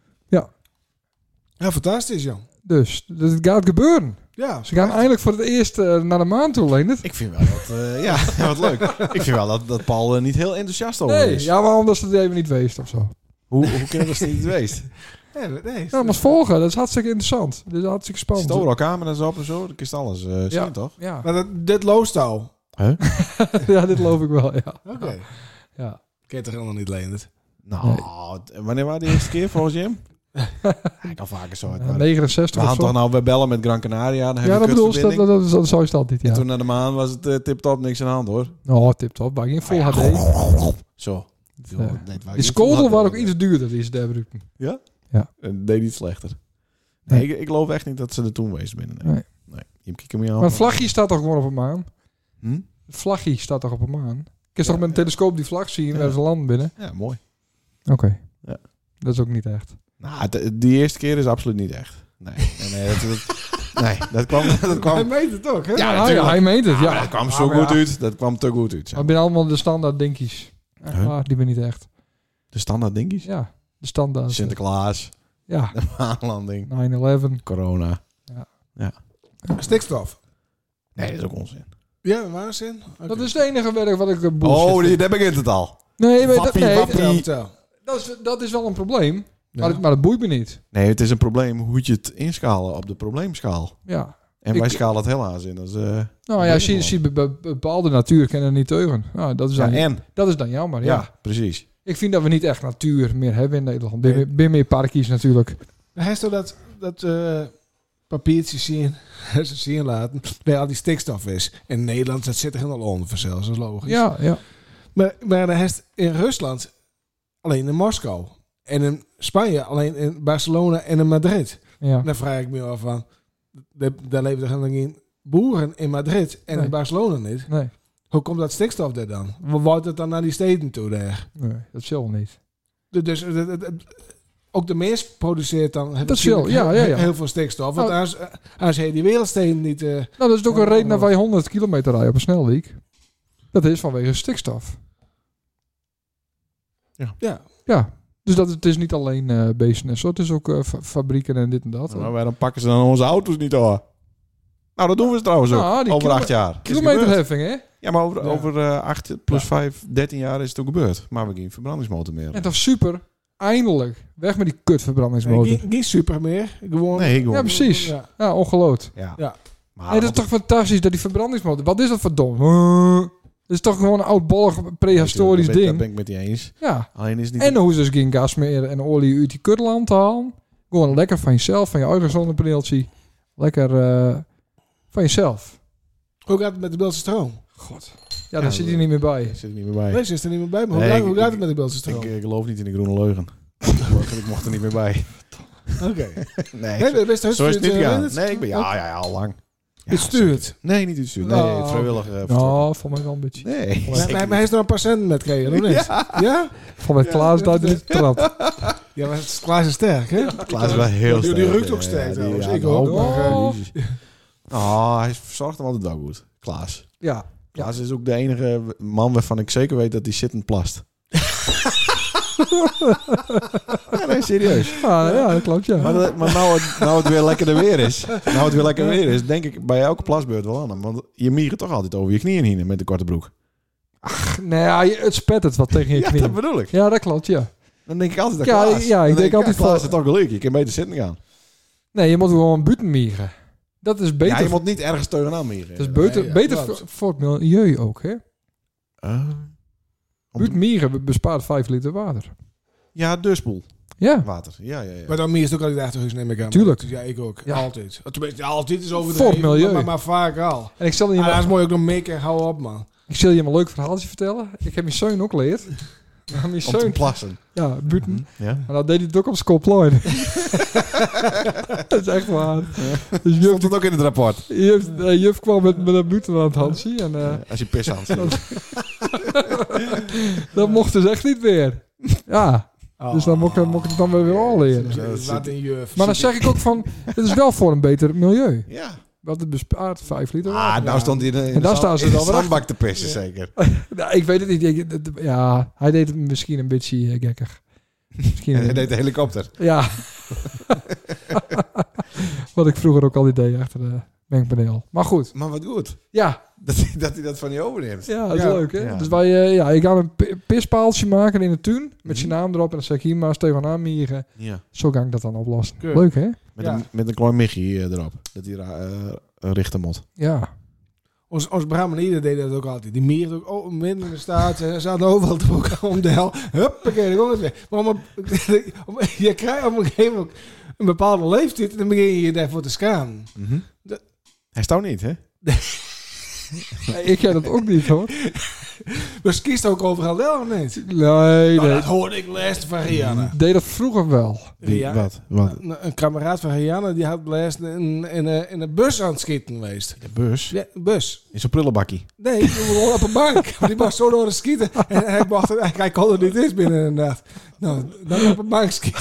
Ja, fantastisch, Jan. Dus het gaat gebeuren. Ja. Ze gaan eindelijk voor het eerst uh, naar de maan toe, Leendert. Ik vind wel dat... eh, ja, ja, wat leuk. Ik vind wel dat, dat Paul er niet heel enthousiast over Nee, is. ja, waarom dat ze het even niet weest of zo. Hoe, hoe kan dat niet geweest? Nee, nee. Ja, maar volgen, dat is hartstikke interessant. Dat is hartstikke Zit spannend. overal camera's op en zo. Dan kist alles uh, zien, Ja. toch? Ja. Maar dat, dit loost al. Huh? ja, dit geloof ik wel, ja. Oké. ja. Ik heb het er helemaal niet leend. Nou, t- wanneer was de eerste keer volgens Jim? Ik kan vaker zo uit. Ja, maar negenenzestig we of hadden zo. toch nou bij bellen met Gran Canaria. Dan Ja, hebben dat we bedoel ik. Dat, kutverbinding. dat, dat, dat, zo is het altijd, En ja. toen naar de maan was het uh, tip-top, niks aan de hand hoor. Oh, tip-top. Maar geen vol Ah, H ja. D. Zo. Ja. Nee, het waren Die geen skodel full waren H ook D. iets duurder, die ze daar gebruikten. Ja? Ja. En deed niet slechter. Nee, ik, ik geloof echt niet dat ze er toen geweest binnen. Nee. Nee. nee. Je kijkt hem niet aan. Maar het vlagje staat toch gewoon op een maan? Hm? Het vlagje staat toch op een maan? Kun je Ja, toch met een ja. telescoop die vlag zien Ja. waar ze landen binnen? Ja, mooi. Oké. Ja. Dat is ook niet echt. Nou, het- die eerste keer is absoluut niet echt. Nee, nee, nee, dat, dat, nee, dat kwam... Dat Hij kwam meent het ook, hè? Ja, ja, natuurlijk. hij meent het. ja, Ja, maar dat kwam Ja, zo maar goed ja. uit. Dat kwam te goed uit. Maar binnen allemaal de standaard dinkies. Ja, Huh? maar die ben niet echt. De standaard dingetjes. Ja, de standaard. Sinterklaas, Ja, de maanlanding, nine eleven. corona. Stikstof. Nee, dat is ook onzin. Ja, waanzin. Oké. Dat is het enige werk wat ik een bullshit Oh, vind. die, daar begint het al. Nee, maar dat, Wappie, nee, wappie. Vertel, vertel. dat, is, dat is wel een probleem. Ja. Maar, het, maar dat boeit me niet. Nee, het is een probleem hoe je het inschalen op de probleemschaal. Ja. En Ik- wij schalen het helaas in. Dat is, eh, Nou ja, weet zie, ik zie, be- be- bepaalde natuur kennen niet teugen. Nou, dat, is ja, dan, en. dat is dan jammer, ja. Ja, precies. Ik vind dat we niet echt natuur meer hebben in Nederland. Ben, meer- ben meer parkjes natuurlijk. Hij is toch dat, dat uh, papiertje zien, ze zien laten, waar al die stikstof is. In Nederland, dat zit er helemaal onder vanzelf, dat is logisch. Ja, ja. Maar, maar hij is in Rusland alleen in Moskou. En in Spanje alleen in Barcelona en in Madrid. ja. Dan vraag ik me af van, daar daar leven er helemaal geen boeren in Madrid en Nee. in Barcelona niet. Nee, Hoe komt dat stikstof daar dan? Waar wordt het dan naar die steden toe daar? nee, dat zal niet. Dus, dus het- het- het- ook de mens produceert dan Dat natuurlijk zal, ja, ja, ja. heel veel stikstof. Want Nou, als, als hij die wereldsteden niet... eh, Nou, dat is ook Ja, een reden dat wel. wij honderd kilometer rijden op een snelweg. Dat is vanwege stikstof. ja, Ja, dus dat, het is niet alleen eh beesten en zo. Het is ook eh, fa- fabrieken en dit en dat. Maar waarom pakken ze dan onze auto's niet hoor? Nou, dat doen we trouwens ook. Nou, die over kilome- acht jaar. Is het gebeurd. Kilometerheffing, hè? Ja, maar over, Ja. over uh, acht plus Ja. vijf, dertien jaar is het ook gebeurd. Maar we geen verbrandingsmotor meer. En toch super. Eindelijk. Weg met die kut verbrandingsmotor. geen, geen super meer. Gewoon, Nee, gewoon. Ja, precies. Ja. Ja, ongeloofd. Ja. Ja. Maar Nee, dat is toch fantastisch dat die verbrandingsmotor... Wat is dat voor dom? Uh, dat is toch gewoon een oudbollig prehistorisch dat ben, ding. Dat ben ik met die eens. Ja. Alleen is het niet... En dan hoeven ze dus geen gas meer en olie uit die kutland te halen. Gewoon lekker van jezelf, van je eigen zonnepaneeltje. Lekker eh, van jezelf. Hoe gaat het met de Beeldse stroom? God. Ja, daar Ja, zit je niet meer bij. Ik zit er niet meer bij. Nee, ze is er niet meer bij. Maar Nee, hoe, ik- hoe gaat ik- het met de Beeldse stroom? Ik, ik geloof niet in de groene leugen. ik mocht er niet meer bij. Oké. Nee, Nee, best zo is het niet gegaan. Nee, Nee, ik ben... Ja, ja, ja, al lang. Ja, Het stuurt. zeker. Nee, niet het stuurt. Nee, Oh, het vrijwillig uh, vertrokken. Nou, voor mij wel een beetje. Nee. Maar, zeker maar, niet. maar hij is er een patiënt met gekregen, of niet? Ja? Van mij Klaas daar de trap. Ja, maar het is Klaas is sterk, hè? Klaas is wel heel Die- sterk. die ruikt ook eh, sterk die- trouwens. ja, Ik nou, ook, maar, maar, eh, Jezus. Oh, hij verzorgt hem altijd wel goed. Klaas. Ja. Klaas is ook de enige man waarvan ik zeker weet dat hij zittend plast. Ja, nee, serieus. Ah, ja, dat klopt, ja. Maar, dat- maar nou, het, nou het weer lekkerder weer is, nou het weer lekkerder weer is, denk ik bij elke plasbeurt wel aan hem. Want je mieren toch altijd over je knieën heen met de korte broek. Nee, ja, je- het spet het wat tegen je Ja, knie. dat bedoel ik. Ja, dat klopt, ja. Dan denk ik altijd dat Ja, Klaas. ja, ik Dan denk altijd ja, Klaas van- het toch gelijk. Je kan beter zitten gaan. Nee, je moet gewoon buiten mieren. Dat is beter. Ja, je moet niet ergens tegenaan mieren. Dat is beter, Nee, ja, beter klopt. voor, voor het milieu ook, hè? Uh, Buiten mieren bespaart vijf liter water. ja, deurspoel. Ja. Water. Ja, ja, ja. Maar dan meer is het ook altijd achterhuis, neem ik aan. Tuurlijk. Dus ja, ik ook. Ja. Altijd. Tenminste, ja, altijd is over Voor het milieu. Maar, maar vaak al. En ik zal je Ah, maar, dat is mooi ook nog mikken. Hou op, man. ik zal je maar een leuk verhaaltje vertellen. Ik heb mijn zoon ook geleerd. Ja, mijn Om te zoon, plassen. ja, buiten. Ja. En dan deed hij het ook op Skoploin. Dat is echt waar. Dus juf, Stond het ook in het rapport. juf, eh, juf kwam met, met een buiten aan het handje. En eh, Als je pis aan het dat mocht dus echt niet meer. Ja, dus dan mocht, ik- mocht ik het dan weer al leren. Ja, dat Wat een juf. Maar dan zeg ik ook van, het is wel voor een beter milieu. Ja. Want het bespaart vijf liter Ah, water. nou stond hij in de, in En daar de staan ze in de dan weer zandbak te pissen, zeker. Nou, ik weet het niet. Ik- het- ja, hij deed het misschien een beetje eh, gekkig. Misschien, En hij deed de helikopter. ja. Wat ik vroeger ook al deed achter de mengpaneel. Maar goed, Maar wat goed. ja. Dat hij dat, hij dat van je overneemt. Ja, dat is Ja. leuk, hè? Ja. Dus wij, eh, ja, ik ga een pi- pispaaltje maken in de tuin. Met Mhm. je naam erop. En dan zeg ik hier maar Stefan Aanmieren. Ja. Zo ga ik dat dan oplossen. Keur. Leuk, hè? Met, Ja. een, met een klein Michie eh, erop. Dat hij uh, richten moet. Ja. Ons, ons Brahmaniden deden dat ook altijd. Die mieren ook oh, midden in de staat. Ze zaten overal te ook om de hel. Huppakee, dan komt het weer. Maar om, om, je krijgt op een gegeven moment een bepaalde leeftijd. En dan begin je je daarvoor te schamen. Mm-hmm. De- Hij staat niet, hè? Nee, ik ken dat ook niet, hoor. Maar ze kiest ook overal wel of niet? Nee, Nou, nee. dat hoorde ik les van Rihanna. Deed dat vroeger wel. Die, Ja. Wat? Wat? Een, een kameraad van Rihanna die had les in, in, een- in een bus aan het schieten geweest. De bus. Ja, een bus. In zo'n prullenbakkie. Nee, die was gewoon op een bank. Die was zo door de schieten. En hij, mocht, hij kon er niet eens binnen een nacht. Nou, dan op een bank schieten.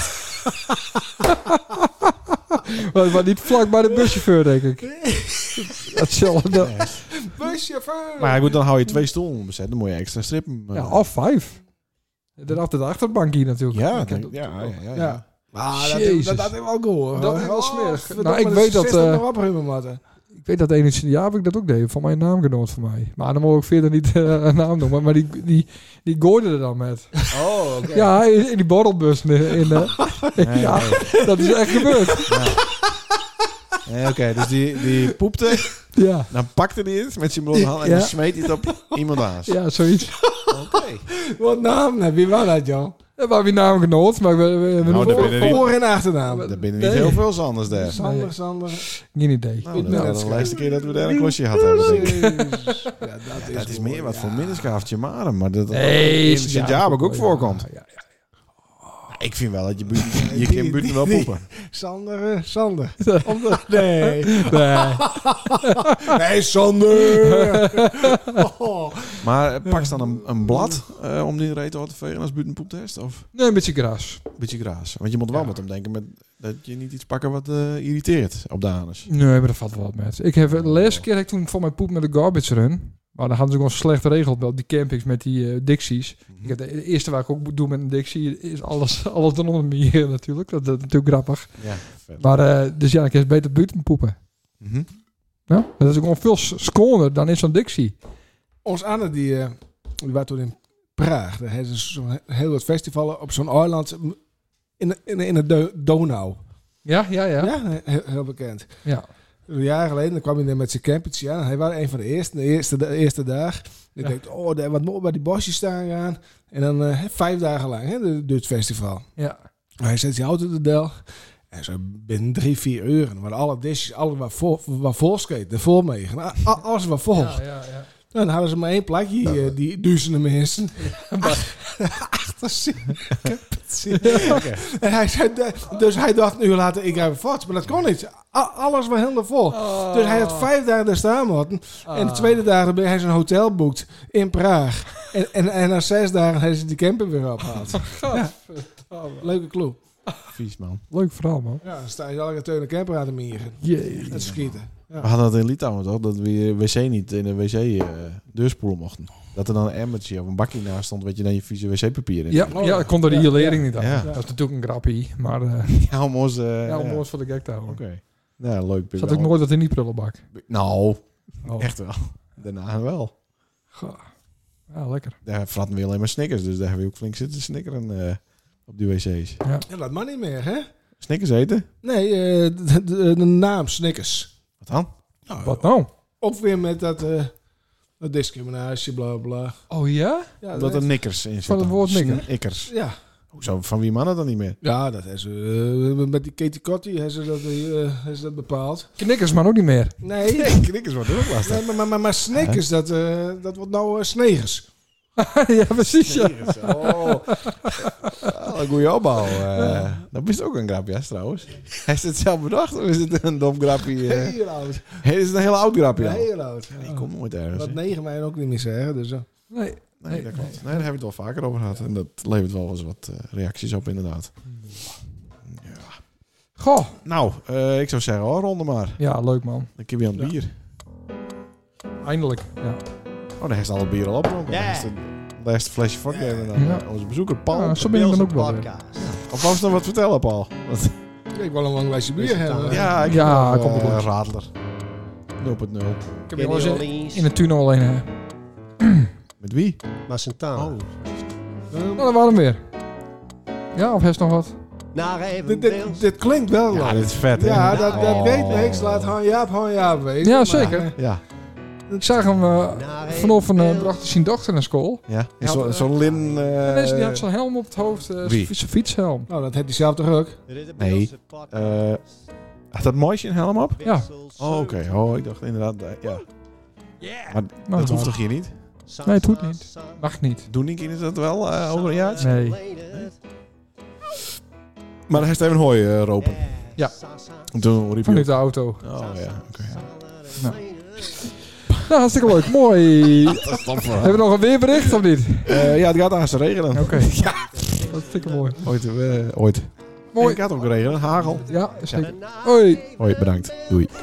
Maar, maar niet vlak bij de buschauffeur, denk ik. Hetzelfde. Buschauffeur! Maar goed, dan hou je twee stoelen bezet. Dan moet je extra strippen. eh. Ja, of vijf. Daarachter de achterbank hier natuurlijk. Ja, Ik heb denk- dat ja, ook. ja, ja, ja. Ja. Maar dat, Jezus. dat, dat is wel goed. Dat is wel smerig. verdomme, Nou, ik dat weet is dat, zestig eh, nog opruimen moeten. Ik weet dat ene jaar heb ik dat ook deed. Van mijn naamgenoot van mij. Maar dan moet ik verder niet eh, een naam noemen. Maar die, die, die gooide er dan met. Oh, oké. Ja, in, in die borrelbus. In, in, eh, Nee, ja, nee. dat is echt gebeurd. Nee, oké, dus die, die poepte. Ja, Dan pakte hij het met zijn blote hand. En Ja. dan smeet hij het op iemand aan. ja zoiets. Oké. Wat naam? hè? Wie was dat, Jan? Dat waren we naamgenoot. Maar we, we, we Nou, noemen- dat ben je niet. Voor- en achternaam. Er binnen Nee. niet heel veel anders daar. Sander, Nee. Sander. Geen idee. Nou, dat Nou, is de dat laatste keer dat we daar een klosje hadden. hebben, denk ik. Jezus. Ja, dat is, Dat is mooi, meer wat ja. voor minderskaftje maar. Maar dat Nee, in Sint-Jaap ook voorkomt. Ja, ja. Ik vind wel dat je, buiten, je kind buiten wel poepen. Sander, eh, Sander. Sander. Nee. Nee. Nee, Sander. Oh. Maar eh, pak dan een, een blad eh, om die reet te vegen als buiten poeptest? Of Nee, een beetje gras. een beetje gras? Want je moet er wel Ja. met hem denken met, dat je niet iets pakken wat eh, irriteert op de anus. Nee, maar dat valt wel wat met. Ik heb, de laatste keer heb ik toen van mijn poep met de garbage run. Maar dan hadden ze gewoon slecht geregeld bij die campings met die eh Dixies. Ik heb de, de eerste waar ik ook moet doen met een Dixie is alles, alles eronder me hier natuurlijk. Dat, dat is natuurlijk grappig. Ja, vet. Maar eh, dus ja, ik heb beter buiten poepen. Mhm. Ja? Dat is gewoon veel s- schoner dan in zo'n Dixie. Ons Anne, die, eh die was toen in Praag. Daar hebben ze zo'n heel wat festival op zo'n eiland in, de- in, de- in de Do- Donau. Ja, ja, ja. Ja, heel, heel bekend. Ja. Een jaar geleden dan kwam hij er met zijn campertje aan. Hij was een van de eerste, de eerste, de eerste dag. Ik Ja. dacht, oh, daar wat mooi bij die bosjes staan gaan. En dan eh, vijf dagen lang, hè, de Dutch Festival. Ja. Hij zet zijn auto de del. En zo binnen drie, vier uur. En waren alle dishes, alles wat vol, wat vol skate, er vol mee. A- a- Alles wat vol. Ja, ja, ja. Nou, dan hadden ze maar één plakje, eh, die duizenden mensen. Achter zich. En hij zei, dus hij dacht een uur later, ik ga voort. Maar dat kon niet. A- Alles was helemaal vol. Dus hij had vijf dagen daar staan moeten. En de tweede dagen ben hij zijn hotel boekt in Praag. En, en, en na zes dagen heeft hij die camper weer opgehaald. Ja. Leuke clue. Vies, man. Leuk verhaal, man. Ja, dan sta je elke teun een camper aan de mieren. Jee. Dat schieten. Ja. We hadden dat in Litouwen toch? Dat we je wc niet in de wc eh deurspoelen mochten. Dat er dan een emmertje of een bakje naast stond, wat je dan je vieze wc-papier in. Ja, ja, dat komt door de Ja, isolering ja. niet aan. Ja. Dat is natuurlijk een grappie, maar uh, Ja, om ons... eh, ja, om ja. ons voor de gek te houden. Oké. Ja, leuk. Zat ook nooit wat in die prullenbak. Nou, Oh. echt wel. Daarna wel. Goh. Ja, lekker. Daar fratten we alleen maar Snickers. Dus daar hebben we ook flink zitten snickeren uh, op die wc's. Ja, dat mag niet meer, hè? Snickers eten? Nee, uh, de, de, de naam Snickers. Wat dan? Nou, Wat nou? Ook weer met dat, uh, dat discriminatie, bla bla. Oh ja? Ja, Dat er nikkers in zitten. Van het woord nikker? Snickers. Ja. Hoezo, van wie mannen dan niet meer? Ja, dat is uh, met die Katie Cotty hebben ze dat, uh, hebben ze dat bepaald. Knikkers, maar ook niet meer. Nee, Nee, knikkers wordt ook lastig. nee maar, maar, maar, maar Snickers, dat, uh, dat wordt nou uh, Snegers. Ja, precies. Ja. Oh. Ah, een goede opbouw. Uh, dat is ook een grapje, trouwens. Hij is het zelf bedacht of is het een dom grapje? Uh? Heel oud. Hey, is het een hele oud grapje? Ja, al? heel oud. Ja. Ik kom nooit ergens. Dat hè. negen mij ook niet meer zeggen. Dus, uh. Nee. Nee, dat klopt. Nee, daar hebben we het wel vaker over gehad. En dat levert wel eens wat uh, reacties op, inderdaad. Ja. Goh. Nou, uh, ik zou zeggen, oh, ronde maar. Ja, leuk man. Dan heb je aan het Ja. bier. Eindelijk. Ja. Oh, daar heeft al het bier al opgedronken. Ja. Daar is de laatste flesje vodka en dan Ja. uh, onze bezoeker Paul. Ja, zo ben ik dan ook wel weer. podcast. Of wou je nog wat vertellen, Paul? Wat? Ik wil een lang wijsje bier hebben. Ja, ik Ja, heb komt nog, wel uh, goed. Radler. nul punt nul. Ik heb wel eens in, in de tunnel alleen. Hè. Met wie? Maar Santana. Oh. Um, Nou, dat waren we weer. Ja, of heeft nog wat? Naar even dit, dit, dit klinkt wel Ja, leuk. dit is vet, hè? Ja, dat, dat Oh. weet niks. Laat Han Jaap Han Jaap weten. Ja, Maar, zeker. uh, Ja, Ik zag hem uh, vanaf een uh, bracht hij zijn dochter naar school. ja. Ja, Zo'n uh, zo Lin... Uh, En deze die had zo'n helm op het hoofd. Uh, Wie? Zijn fietshelm. Nou, dat heeft hij zelf toch ook? Nee. uh, had dat mooisje een helm op? Ja. Oh, oké. Okay. Oh, ik dacht inderdaad... Uh, ja. Maar Nou, dat hoeft nou. toch hier niet? Nee, het hoeft niet. Mag niet. Doen die kinderen dat wel uh, over een jaar? Nee. Maar hij heeft even hooi uh, ropen. Ja. En toen riep Vanuit je de auto. op. Oh, ja. Oké. Nou. Nou, hartstikke leuk. Mooi. Dat is top voor Hebben we nog een weerbericht of niet? Uh, ja, het gaat aan ze regelen. Oké. Ja. Hartstikke mooi. Ooit. Uh, ooit. Mooi. Het gaat ook regelen. Hagel. Ja, zeker. Hoi. Hoi, bedankt. Doei.